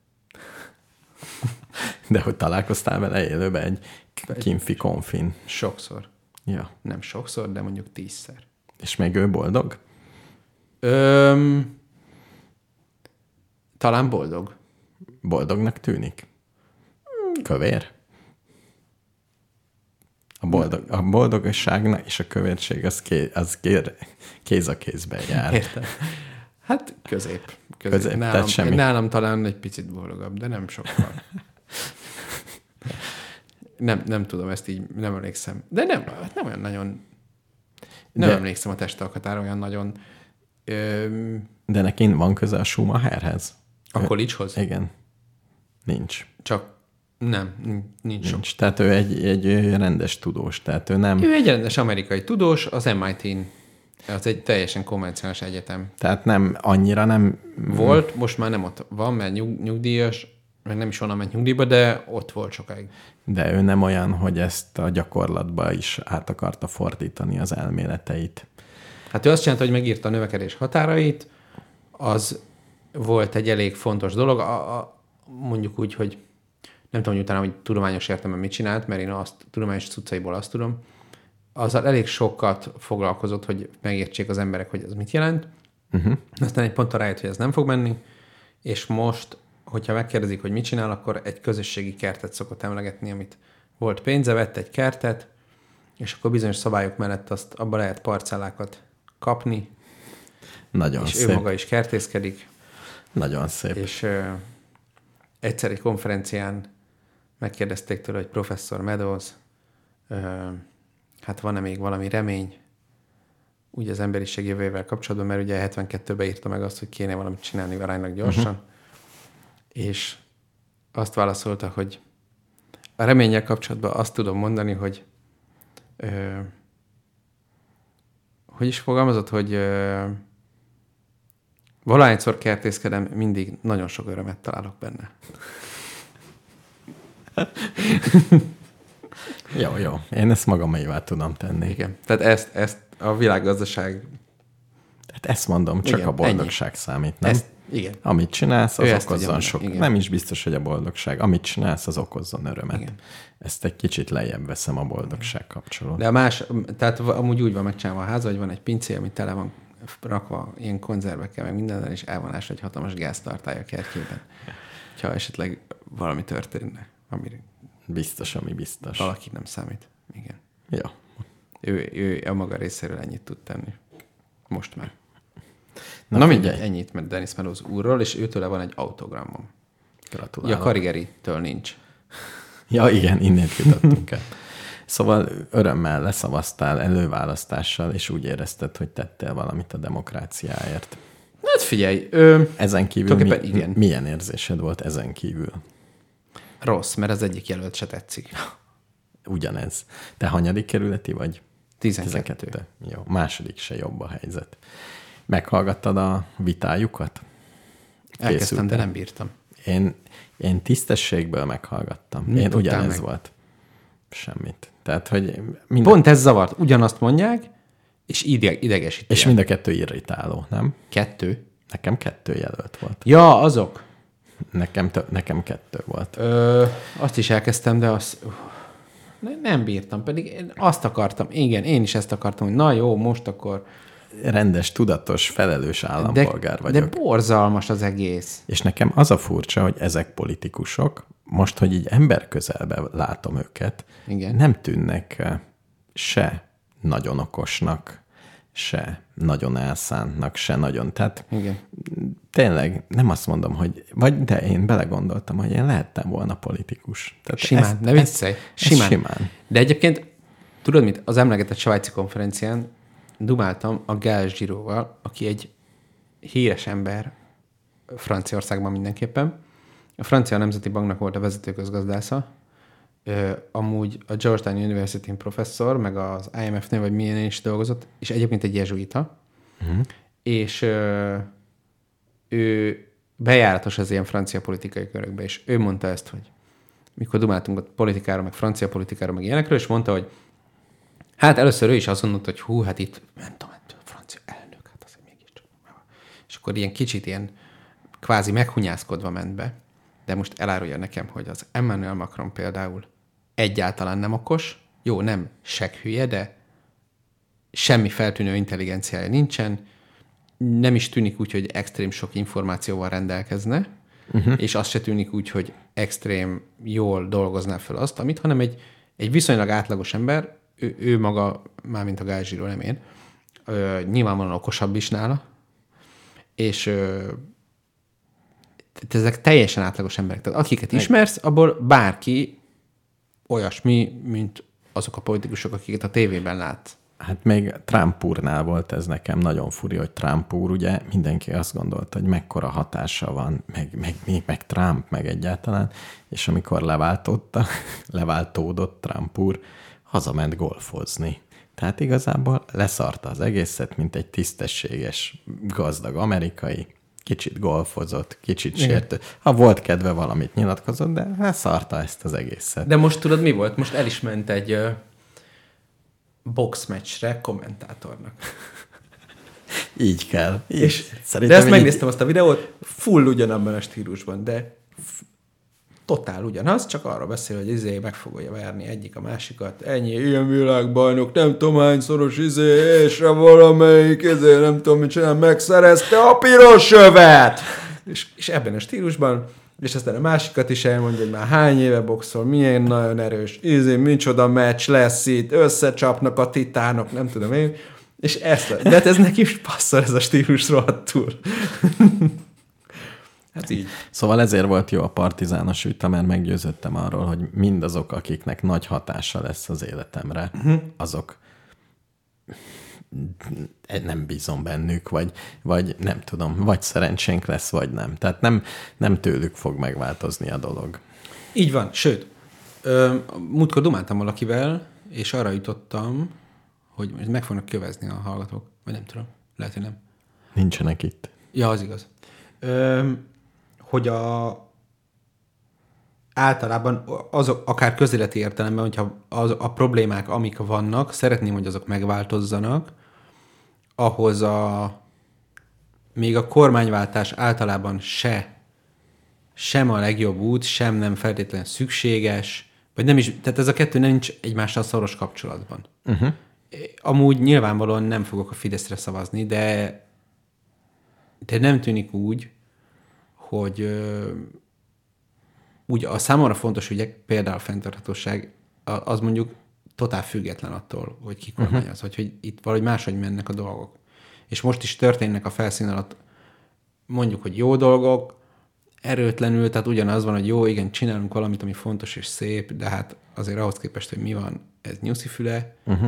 De hogy találkoztál vele élőben egy Kinfi konfin? Sokszor. Ja. Nem sokszor, de mondjuk tízszer. És még ő boldog? Öm, talán boldog. Boldognak tűnik? Kövér? A, boldog, a boldogosságnak és a kövérség az, ké, az kér, kéz a kézben jár. Értem. Hát közép. közép. Közép, nálam, tehát semmi. Nálam talán egy picit boldogabb, de nem sokkal. nem, nem tudom, ezt így nem emlékszem. De nem, nem olyan nagyon... Nem de, emlékszem a testalkatára olyan nagyon... Öm, de neki van köze a Schumacherhez? a Kolicshoz? Igen. Nincs. Csak nem, nincs, nincs sok. Nincs. Tehát ő egy, egy rendes tudós. Tehát ő nem... Ő egy rendes amerikai tudós, az em i té-n. Az egy teljesen konvencionális egyetem. Tehát nem, annyira nem... Volt, most már nem ott van, mert nyug, nyugdíjas, meg nem is onnan ment nyugdíjba, de ott volt sokáig. De ő nem olyan, hogy ezt a gyakorlatba is át akarta fordítani az elméleteit. Hát ő azt csinálta, hogy megírta a növekedés határait, az volt egy elég fontos dolog, a, a, mondjuk úgy, hogy nem tudom, hogy utána, hogy tudományos értelemben mit csinált, mert én azt tudományos cuccaiból azt tudom, azzal elég sokat foglalkozott, hogy megértsék az emberek, hogy ez mit jelent. Uh-huh. Aztán egy ponton rájött, hogy ez nem fog menni, és most, hogyha megkérdezik, hogy mit csinál, akkor egy közösségi kertet szokott emlegetni, amit volt pénze, vett egy kertet, és akkor bizonyos szabályok mellett azt abba lehet parcellákat kapni, Nagyon és szép. ő maga is kertészkedik. Nagyon szép. És ö, egyszer egy konferencián megkérdezték tőle, hogy professzor Meadows, ö, hát van-e még valami remény úgy az emberiség jövőjével kapcsolatban, mert ugye hetvenkettőben írta meg azt, hogy kéne valamit csinálni aránylag gyorsan, uh-huh. és azt válaszolta, hogy a reménnyel kapcsolatban azt tudom mondani, hogy ö, hogy is fogalmazott, hogy ö, valahányszor kertészkedem, mindig nagyon sok örömet találok benne. Jó, jó. Én ezt magamévá tudom tenni. Igen. Tehát ezt, ezt a világgazdaság... Hát ezt mondom, csak igen, a boldogság ennyi. Számít, nem? Ezt, igen. Amit csinálsz, az ő okozzon sok. Igen. Nem is biztos, hogy a boldogság. Amit csinálsz, az okozzon örömet. Igen. Ezt egy kicsit lejjebb veszem a boldogság kapcsolat. De a más, tehát amúgy úgy van megcsinálva a háza, hogy van egy pincé, ami tele van rakva ilyen konzervekkel, meg mindennel, és elvonás egy hatalmas gáztartály a kertjében. Ha esetleg valami történne, amire biztos, ami biztos. Valaki nem számít. Igen. Jó. Ő, ő a maga részéről ennyit tud tenni. Most már. Na, Na mindegy, ennyit, mert Dennis Meadows úrról, és őtőle van egy autogramom. Gratulálok. Ja, Karigeri-től nincs. Ja, igen, innét jutottunk el. Szóval örömmel leszavaztál előválasztással, és úgy érezted, hogy tettél valamit a demokráciáért. Hát figyelj. Ö, ezen kívül mi, igen. milyen érzésed volt ezen kívül? Rossz, mert az egyik jelölt se tetszik. Ugyanez. Te hanyadik kerületi vagy? tizenkettő. tizenkettő. Jó, második se jobb a helyzet. Meghallgattad a vitájukat? Elkezdtem, Készültem. De nem bírtam. Én, én tisztességből meghallgattam. Mit én ugyanez meg? volt. Semmit. Tehát, hogy mind Pont ez zavart. Ugyanazt mondják, és ide, idegesíti. És mind a kettő irritáló, nem? Kettő? Nekem kettő jelölt volt. Ja, azok. Nekem, tö- nekem kettő volt. Ö, azt is elkezdtem, de azt... Nem bírtam, pedig én azt akartam. Igen, én is ezt akartam, hogy na jó, most akkor... Rendes, tudatos, felelős állampolgár de, vagyok. De borzalmas az egész. És nekem az a furcsa, hogy ezek politikusok, most, hogy így ember közelben látom őket, igen. nem tűnnek se nagyon okosnak, se nagyon elszántnak, se nagyon. Tehát igen. tényleg nem azt mondom, hogy vagy de én belegondoltam, hogy én lehettem volna politikus. Tehát simán, ezt, ne viccelj. Simán. simán. De egyébként, tudod mit, az emlegetett svájci konferencián dumáltam a Gál Giroval, aki egy híres ember Franciaországban mindenképpen. A Francia Nemzeti Banknak volt a vezető közgazdásza, Ö, amúgy a Georgetown University-n professzor, meg az I M F-nél, vagy milyen is dolgozott, és egyébként egy jezsuita, uh-huh. és ö, ő bejáratos az ilyen francia politikai körökbe, és ő mondta ezt, hogy mikor dumáltunk a politikáról, meg francia politikáról, meg ilyenekről, és mondta, hogy hát először ő is azt mondta, hogy hú, hát itt, nem tudom, a francia elnök, hát azért mégiscsak. És akkor ilyen kicsit ilyen kvázi meghunyászkodva ment be, de most elárulja nekem, hogy az Emmanuel Macron például egyáltalán nem okos, jó, nem segghülye, de semmi feltűnő intelligenciája nincsen, nem is tűnik úgy, hogy extrém sok információval rendelkezne, uh-huh. és az se tűnik úgy, hogy extrém jól dolgozná fel azt, amit, hanem egy, egy viszonylag átlagos ember, ő, ő maga, mármint a Gál Giro, nem én, ö, nyilvánvalóan okosabb is nála, és ö, ezek teljesen átlagos emberek. Tehát akiket ismersz, abból bárki olyasmi, mint azok a politikusok, akiket a tévében látsz. Hát még Trump úrnál volt ez nekem nagyon furi, hogy Trump úr, ugye mindenki azt gondolta, hogy mekkora hatása van, meg, meg, meg, meg Trump, meg egyáltalán, és amikor leváltotta, leváltódott Trump úr, hazament golfozni. Tehát igazából leszarta az egészet, mint egy tisztességes, gazdag amerikai, kicsit golfozott, kicsit sértő. Ha volt kedve, valamit nyilatkozott, de leszarta ezt az egészet. De most tudod, mi volt? Most el is ment egy uh, boxmeccsre kommentátornak. Így kell. Így. És, de ezt így... megnéztem azt a videót, full ugyanabban a stílusban, de f- totál ugyanaz, csak arra beszél, hogy izé meg fogja verni egyik a másikat. Ennyi, ilyen világbajnok, nem tudom hányszoros izé, és a valamelyik izé, nem tudom mit csinál, megszerezte a piros övet! És, és ebben a stílusban, és aztán a másikat is elmondja, hogy már hány éve boxol, milyen nagyon erős, izé, micsoda meccs lesz itt, összecsapnak a titánok, nem tudom én. És ezt, de hát ez neki is passzol, ez a stílus rohadtul. Hát így. Szóval ezért volt jó a partizános vita, mert meggyőződtem arról, hogy mindazok, akiknek nagy hatása lesz az életemre, uh-huh. azok nem bízom bennük, vagy, vagy nem tudom, vagy szerencsénk lesz, vagy nem. Tehát nem, nem tőlük fog megváltozni a dolog. Így van, sőt, ö, múltkor dumáltam valakivel, és arra jutottam, hogy meg fognak kövezni a hallgatók, vagy nem tudom, lehet, hogy nem. Nincsenek itt. Ja, az igaz. Ö, hogy a általában azok, akár közéleti értelemben, hogyha az, a problémák, amik vannak, szeretném, hogy azok megváltozzanak, ahhoz a még a kormányváltás általában se sem a legjobb út, sem nem feltétlenül szükséges, vagy nem is, tehát ez a kettő nincs egymással szoros kapcsolatban. Uh-huh. Amúgy nyilvánvalóan nem fogok a Fideszre szavazni, de de nem tűnik úgy, hogy ö, úgy a számomra fontos ügyek, például a fenntarthatóság, az mondjuk totál független attól, hogy ki kormányoz, uh-huh. vagy hogy itt valahogy máshogy mennek a dolgok. És most is történnek a felszín alatt mondjuk, hogy jó dolgok, erőtlenül, tehát ugyanaz van, hogy jó, igen, csinálunk valamit, ami fontos és szép, de hát azért ahhoz képest, hogy mi van, ez nyuszifüle. Uh-huh.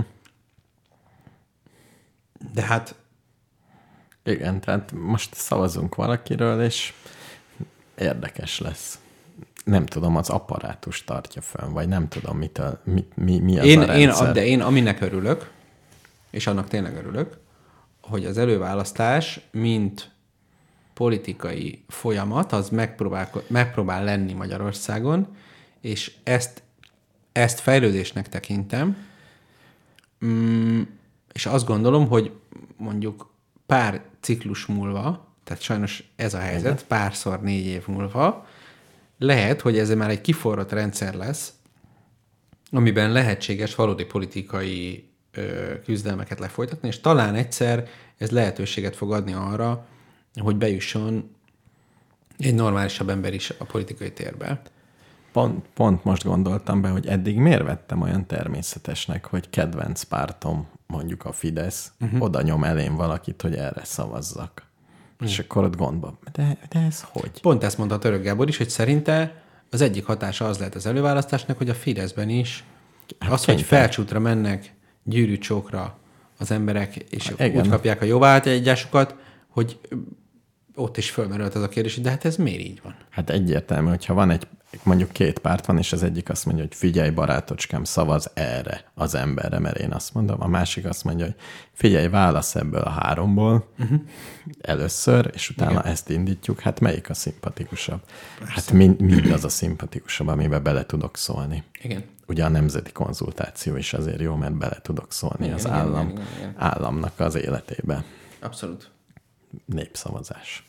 De hát igen, tehát most szavazunk valakiről, és érdekes lesz. Nem tudom, az apparátus tartja fönn, vagy nem tudom, mitől, mi, mi, mi az én, a rendszer. Én, de én aminek örülök, és annak tényleg örülök, hogy az előválasztás, mint politikai folyamat, az megpróbál, megpróbál lenni Magyarországon, és ezt, ezt fejlődésnek tekintem, mm, és azt gondolom, hogy mondjuk pár ciklus múlva, tehát sajnos ez a helyzet, párszor négy év múlva, lehet, hogy ez már egy kiforrott rendszer lesz, amiben lehetséges valódi politikai ö, küzdelmeket lefolytatni, és talán egyszer ez lehetőséget fog adni arra, hogy bejusson egy normálisabb ember is a politikai térbe. Pont, pont most gondoltam be, hogy eddig miért vettem olyan természetesnek, hogy kedvenc pártom, mondjuk a Fidesz, uh-huh. oda nyom elém valakit, hogy erre szavazzak. Uh-huh. És akkor ott gondba, de, de ez hogy? Pont ezt mondta a Török Gábor is, hogy szerinte az egyik hatása az lehet az előválasztásnak, hogy a Fideszben is hát az, hogy felcsútra mennek gyűrűcsókra az emberek, és hát úgy kapják a jóváhagyásukat, hogy ott is fölmerült ez a kérdés, de hát ez miért így van? Hát egyértelmű, hogyha van egy, mondjuk két párt van, és az egyik azt mondja, hogy figyelj, barátocskám, szavaz erre az emberre, mert én azt mondom, a másik azt mondja, hogy figyelj, válasz ebből a háromból uh-huh. először, és utána igen. ezt indítjuk, hát melyik a szimpatikusabb? Persze. Hát mind, mind az a szimpatikusabb, amiben bele tudok szólni. Igen. Ugye a nemzeti konzultáció is azért jó, mert bele tudok szólni igen, az igen, állam, igen, igen, igen. államnak az életébe. Abszolút. Népszavazás.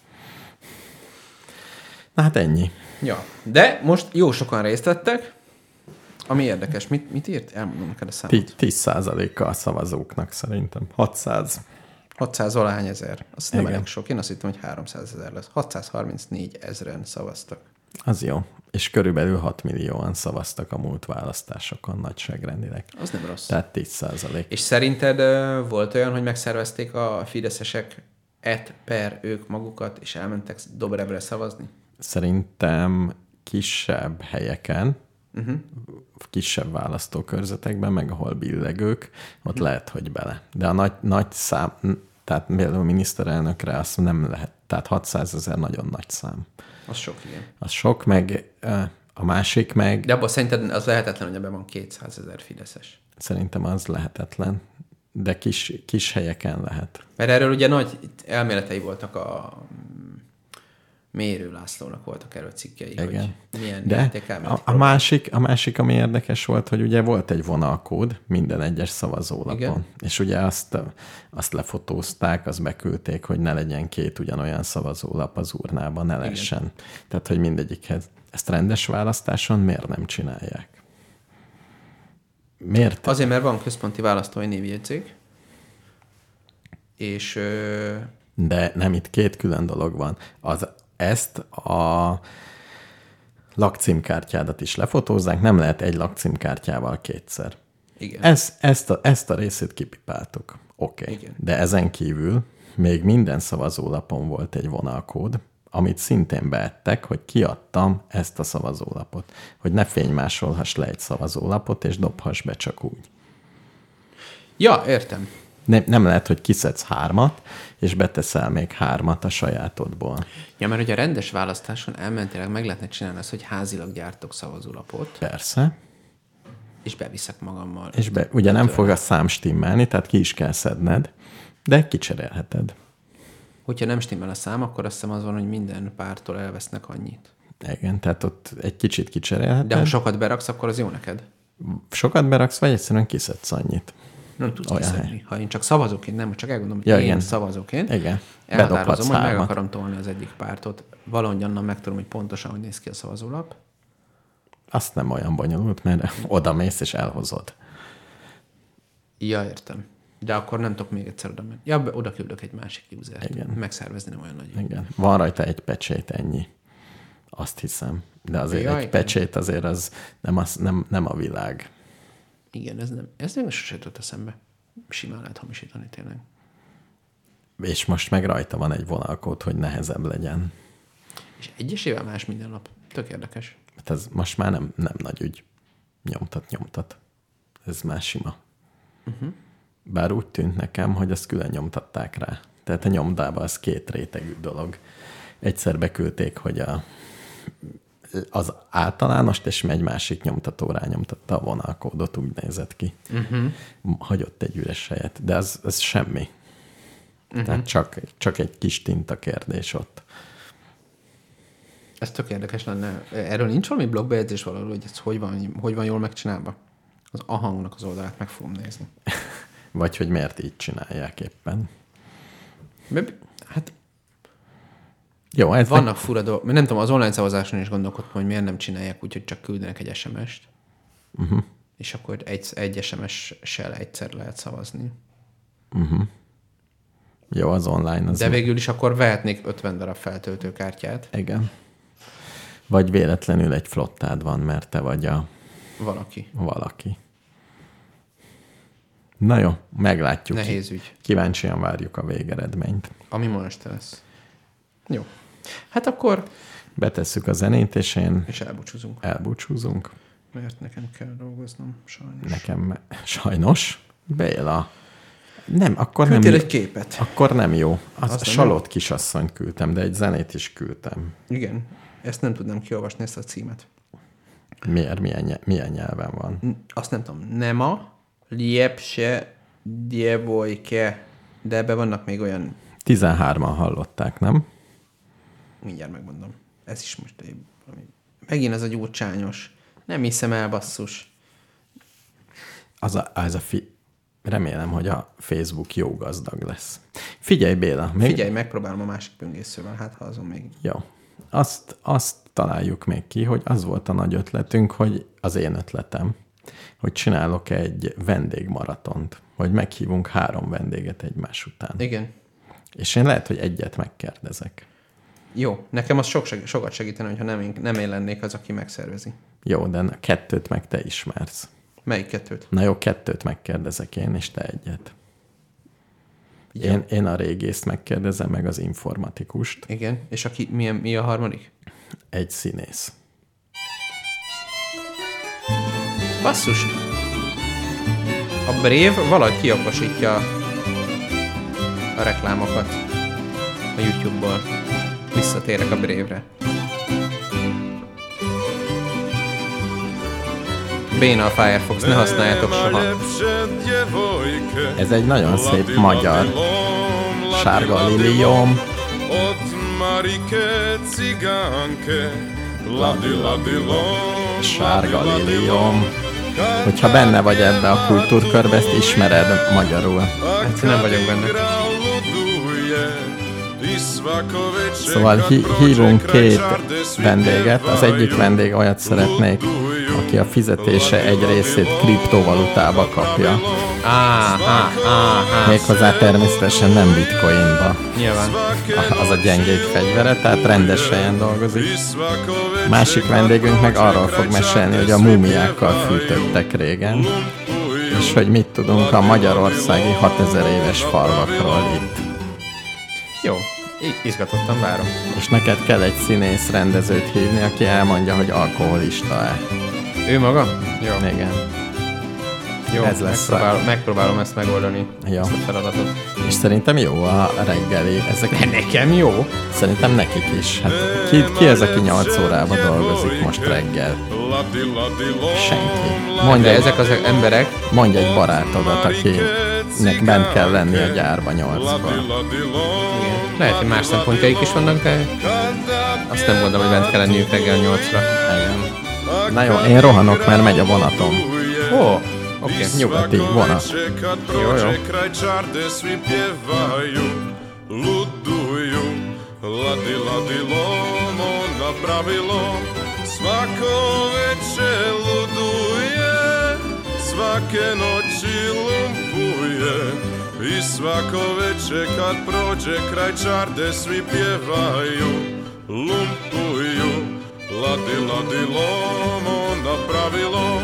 Na hát ennyi. Ja, de most jó sokan részt vettek, ami érdekes. Mit, mit írt? Elmondom neked a számot. tíz százaléka a szavazóknak szerintem. hatszáz. hatszáz valahány ezer. Azt nem elég sok. Én azt hittem, hogy háromszázezer lesz. hatszázharmincnégy ezeren szavaztak. Az jó. És körülbelül hat millióan szavaztak a múlt választásokon nagyságrendileg. Az nem rossz. Tehát tíz százalék. És szerinted volt olyan, hogy megszervezték a fideszesek et per ők magukat, és elmentek Dobrebre szavazni? Szerintem kisebb helyeken, uh-huh. kisebb választókörzetekben, meg ahol billegők, ott uh-huh. lehet, hogy bele. De a nagy, nagy szám, tehát például a miniszterelnökre azt nem lehet. Tehát hatszázezer nagyon nagy szám. Az sok, igen. Az sok, meg a másik meg... De abban szerinted az lehetetlen, hogy ebben van kétszázezer fideszes. Szerintem az lehetetlen. De kis, kis helyeken lehet. Mert erről ugye nagy elméletei voltak a Mérő Lászlónak voltak erről cikkei, igen. hogy milyen de a, a, másik, a másik, ami érdekes volt, hogy ugye volt egy vonalkód minden egyes szavazólapon. Igen. És ugye azt, azt lefotózták, azt beküldték, hogy ne legyen két ugyanolyan szavazólap az urnában, ne lehessen. Igen. Tehát, hogy mindegyikhez. Ezt rendes választáson miért nem csinálják? Miért? Azért, mert van központi választói névjegyzék, és... Ö... De nem, itt két külön dolog van. Az, ezt a lakcímkártyádat is lefotózzák, nem lehet egy lakcímkártyával kétszer. Igen. Ez, ezt, a, ezt a részét kipipáltuk. Oké, okay. De ezen kívül még minden szavazólapon volt egy vonalkód, amit szintén beettek, hogy kiadtam ezt a szavazólapot, hogy ne fénymásolhass le egy szavazólapot, és dobhass be csak úgy. Ja, értem. Ne, nem lehet, hogy kiszedsz hármat, és beteszel még hármat a sajátodból. Ja, mert hogy a rendes választáson elmentileg meg lehetne csinálni azt, hogy házilag gyártok szavazólapot. Persze. És beviszek magammal. És be, ugye nem fog a szám stimmelni, tehát ki is kell szedned, de kicserélheted. Hogyha nem stimmel a szám, akkor azt hiszem az van, hogy minden pártól elvesznek annyit. Igen, tehát ott egy kicsit kicserélheted. De ha sokat beraksz, akkor az jó neked? Sokat beraksz, vagy egyszerűen kiszedsz annyit. Nem tudsz kiszedni. Ha én csak szavazóként, nem, csak elgondolom, hogy ja, én igen. szavazóként, igen. elhatározom, hogy meg akarom tolni az egyik pártot. Valahogy annan megtudom, hogy pontosan hogy néz ki a szavazólap. Azt nem olyan bonyolult, mert oda mész és elhozod. Ja, értem. De akkor nem tudok még egyszer oda menni. Ja, oda küldök egy másik usert. Igen. Megszervezni nem olyan nagy. Igen. Van rajta egy pecsét, ennyi. Azt hiszem. De azért ja, egy igen. pecsét azért az nem, az, nem, nem a világ. Igen, ez nem. Ez nem sose jutott eszembe. Simán lehet hamisítani tényleg. És most meg rajta van egy vonalkód, hogy nehezebb legyen. És egyesével más minden nap. Tök érdekes. Hát ez most már nem, nem nagy ügy. Nyomtat, nyomtat. Ez már sima. Uh-huh. Bár úgy tűnt nekem, hogy ezt külön nyomtatták rá. Tehát a nyomdában az két rétegű dolog. Egyszer beküldték, hogy a, az általánost, és egy másik nyomtató rányomtatta a vonalkódot, úgy nézett ki. Uh-huh. Hagyott egy üres helyet. De az, az semmi. Uh-huh. Tehát csak, csak egy kis tinta kérdés ott. Ez tök érdekes lenne. Erről nincs valami blogbejegyzés valahol, hogy ez hogy van, hogy van jól megcsinálva? Az Ahangnak az oldalát meg fogom nézni. Vagy hogy miért így csinálják éppen. Hát jó, ez vannak meg... fura dolgok. Nem tudom, az online szavazáson is gondolkodtam, hogy miért nem csinálják úgy, hogy csak küldenek egy es em est. Uh-huh. És akkor egy, egy es em es-sel egyszer lehet szavazni. Uh-huh. Jó, az online. Az de végül is akkor vehetnék ötven darab feltöltőkártyát. Igen. Vagy véletlenül egy flottád van, mert te vagy a... Valaki. Valaki. Na jó, meglátjuk. Nehéz ügy. Kíváncsian várjuk a végeredményt. Ami ma este lesz. Jó. Hát akkor... Betesszük a zenét, és én... És elbúcsúzunk. Elbúcsúzunk. Mert nekem kell dolgoznom, sajnos. Nekem... Sajnos? Béla. Nem, akkor Küldtél nem... egy képet. Akkor nem jó. Az Azt a Salott kisasszonyt küldtem, de egy zenét is küldtem. Igen. Ezt nem tudnám kiolvasni, ezt a címet. Miért? Milyen, ny- milyen nyelven van? Azt nem tudom. Nema, liepse, dievojke. De ebben vannak még olyan... tizenhárman hallották, nem? Mindjárt megmondom. Ez is most egy valami... Megint ez a gyurcsányos. Nem hiszem el, basszus. Az a, az a fi... Remélem, hogy a Facebook jó gazdag lesz. Figyelj, Béla. Még... Figyelj, megpróbálom a másik böngészővel, hát ha azon még... Jó. Azt, azt találjuk még ki, hogy az volt a nagy ötletünk, hogy az én ötletem, hogy csinálok egy vendégmaratont, hogy meghívunk három vendéget egymás után. Igen. És én lehet, hogy egyet megkérdezek. Jó, nekem az sok seg- sokat segítene, hogyha nem én, nem én lennék az, aki megszervezi. Jó, de kettőt meg te ismersz. Melyik kettőt? Na jó, kettőt megkérdezek én, és te egyet. Én, én a régészt megkérdezem, meg az informatikust. Igen, és aki, milyen, mi a harmadik? Egy színész. Basszus! A Brave valahogy kiokosítja a reklámokat a YouTube-ból. Visszatérek a Brave-re. Béna a Firefox, ne használjátok soha. Ez egy nagyon szép magyar. Sárga liliom. Sárga liliom. Hogyha benne vagy ebbe a kultúrkörbe, ezt ismered magyarul. Hát nem vagyok benne. Szóval hi- hívunk két vendéget. Az egyik vendég olyat szeretnék, aki a fizetése egy részét kriptovalutába kapja. Á, á, á, á. Méghozzá természetesen nem bitcoinba. Nyilván. Az a gyengék fegyvere, tehát rendes helyen dolgozik. Másik vendégünk meg arról fog mesélni, hogy a múmiákkal fűtöttek régen. és hogy mit tudunk a magyarországi hatezer éves falvakról itt. Jó, izgatottan várom. És neked kell egy színész rendezőt hívni, aki elmondja, hogy alkoholista-e. Ő maga? Jó. Igen. Jó, ez lesz megpróbálom, a... megpróbálom ezt megoldani, ja. ezt a feladatot. És szerintem jó a reggeli. Ezek... Nekem jó? Szerintem nekik is. Hát ki, ki ez, aki nyolc órában dolgozik most reggel? Senki. Mondja, De ezek az emberek... Mondj egy barátodat, akinek bent kell lenni a gyárba nyolckor. Igen. Lehet, hogy más szempontjaik is vannak, de azt nem mondom, hogy bent kell lenniük reggel nyolcra. Igen. Na jó, én rohanok, mert megy a vonatom. Ó, oké, okay. Nyugati vonat. Jó, jó. Ladi, ladi, lomo napravilo, svako veče luduje, svake noći lumpuje. I svako veče kad prođe kraj čarde svi pjevaju, lumpuju. Ladi, ladi, lomo napravilo.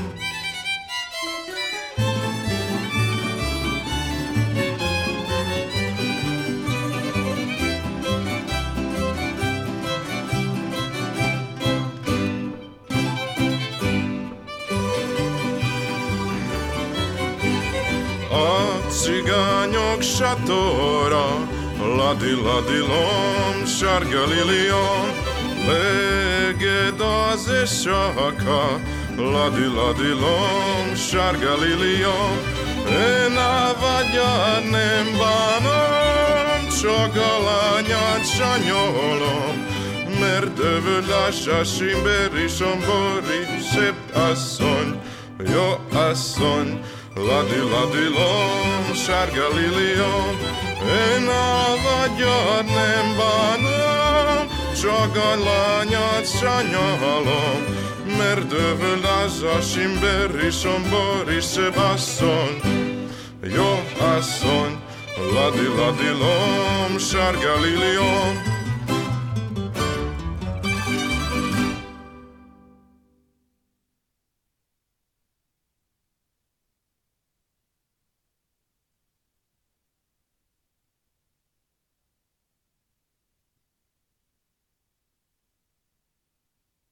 Ciganjog šatora, ladi, ladi, lom, šarga lilijom, lege doze šaka, ladi, ladi, lom, šarga lilijom, e na vadjanem banom, čogalanjat šanjolom, merdövölása simberisom bori, sep asszony, jó asszony. Ladi, ladi, lom, sárga liliom, én a vagyat nem bánom, csak a lányat sanyalom, mert dövöl az a simberi sombor is szebb asszony, jó asszony. Ladi, ladi, lom, sárga liliom,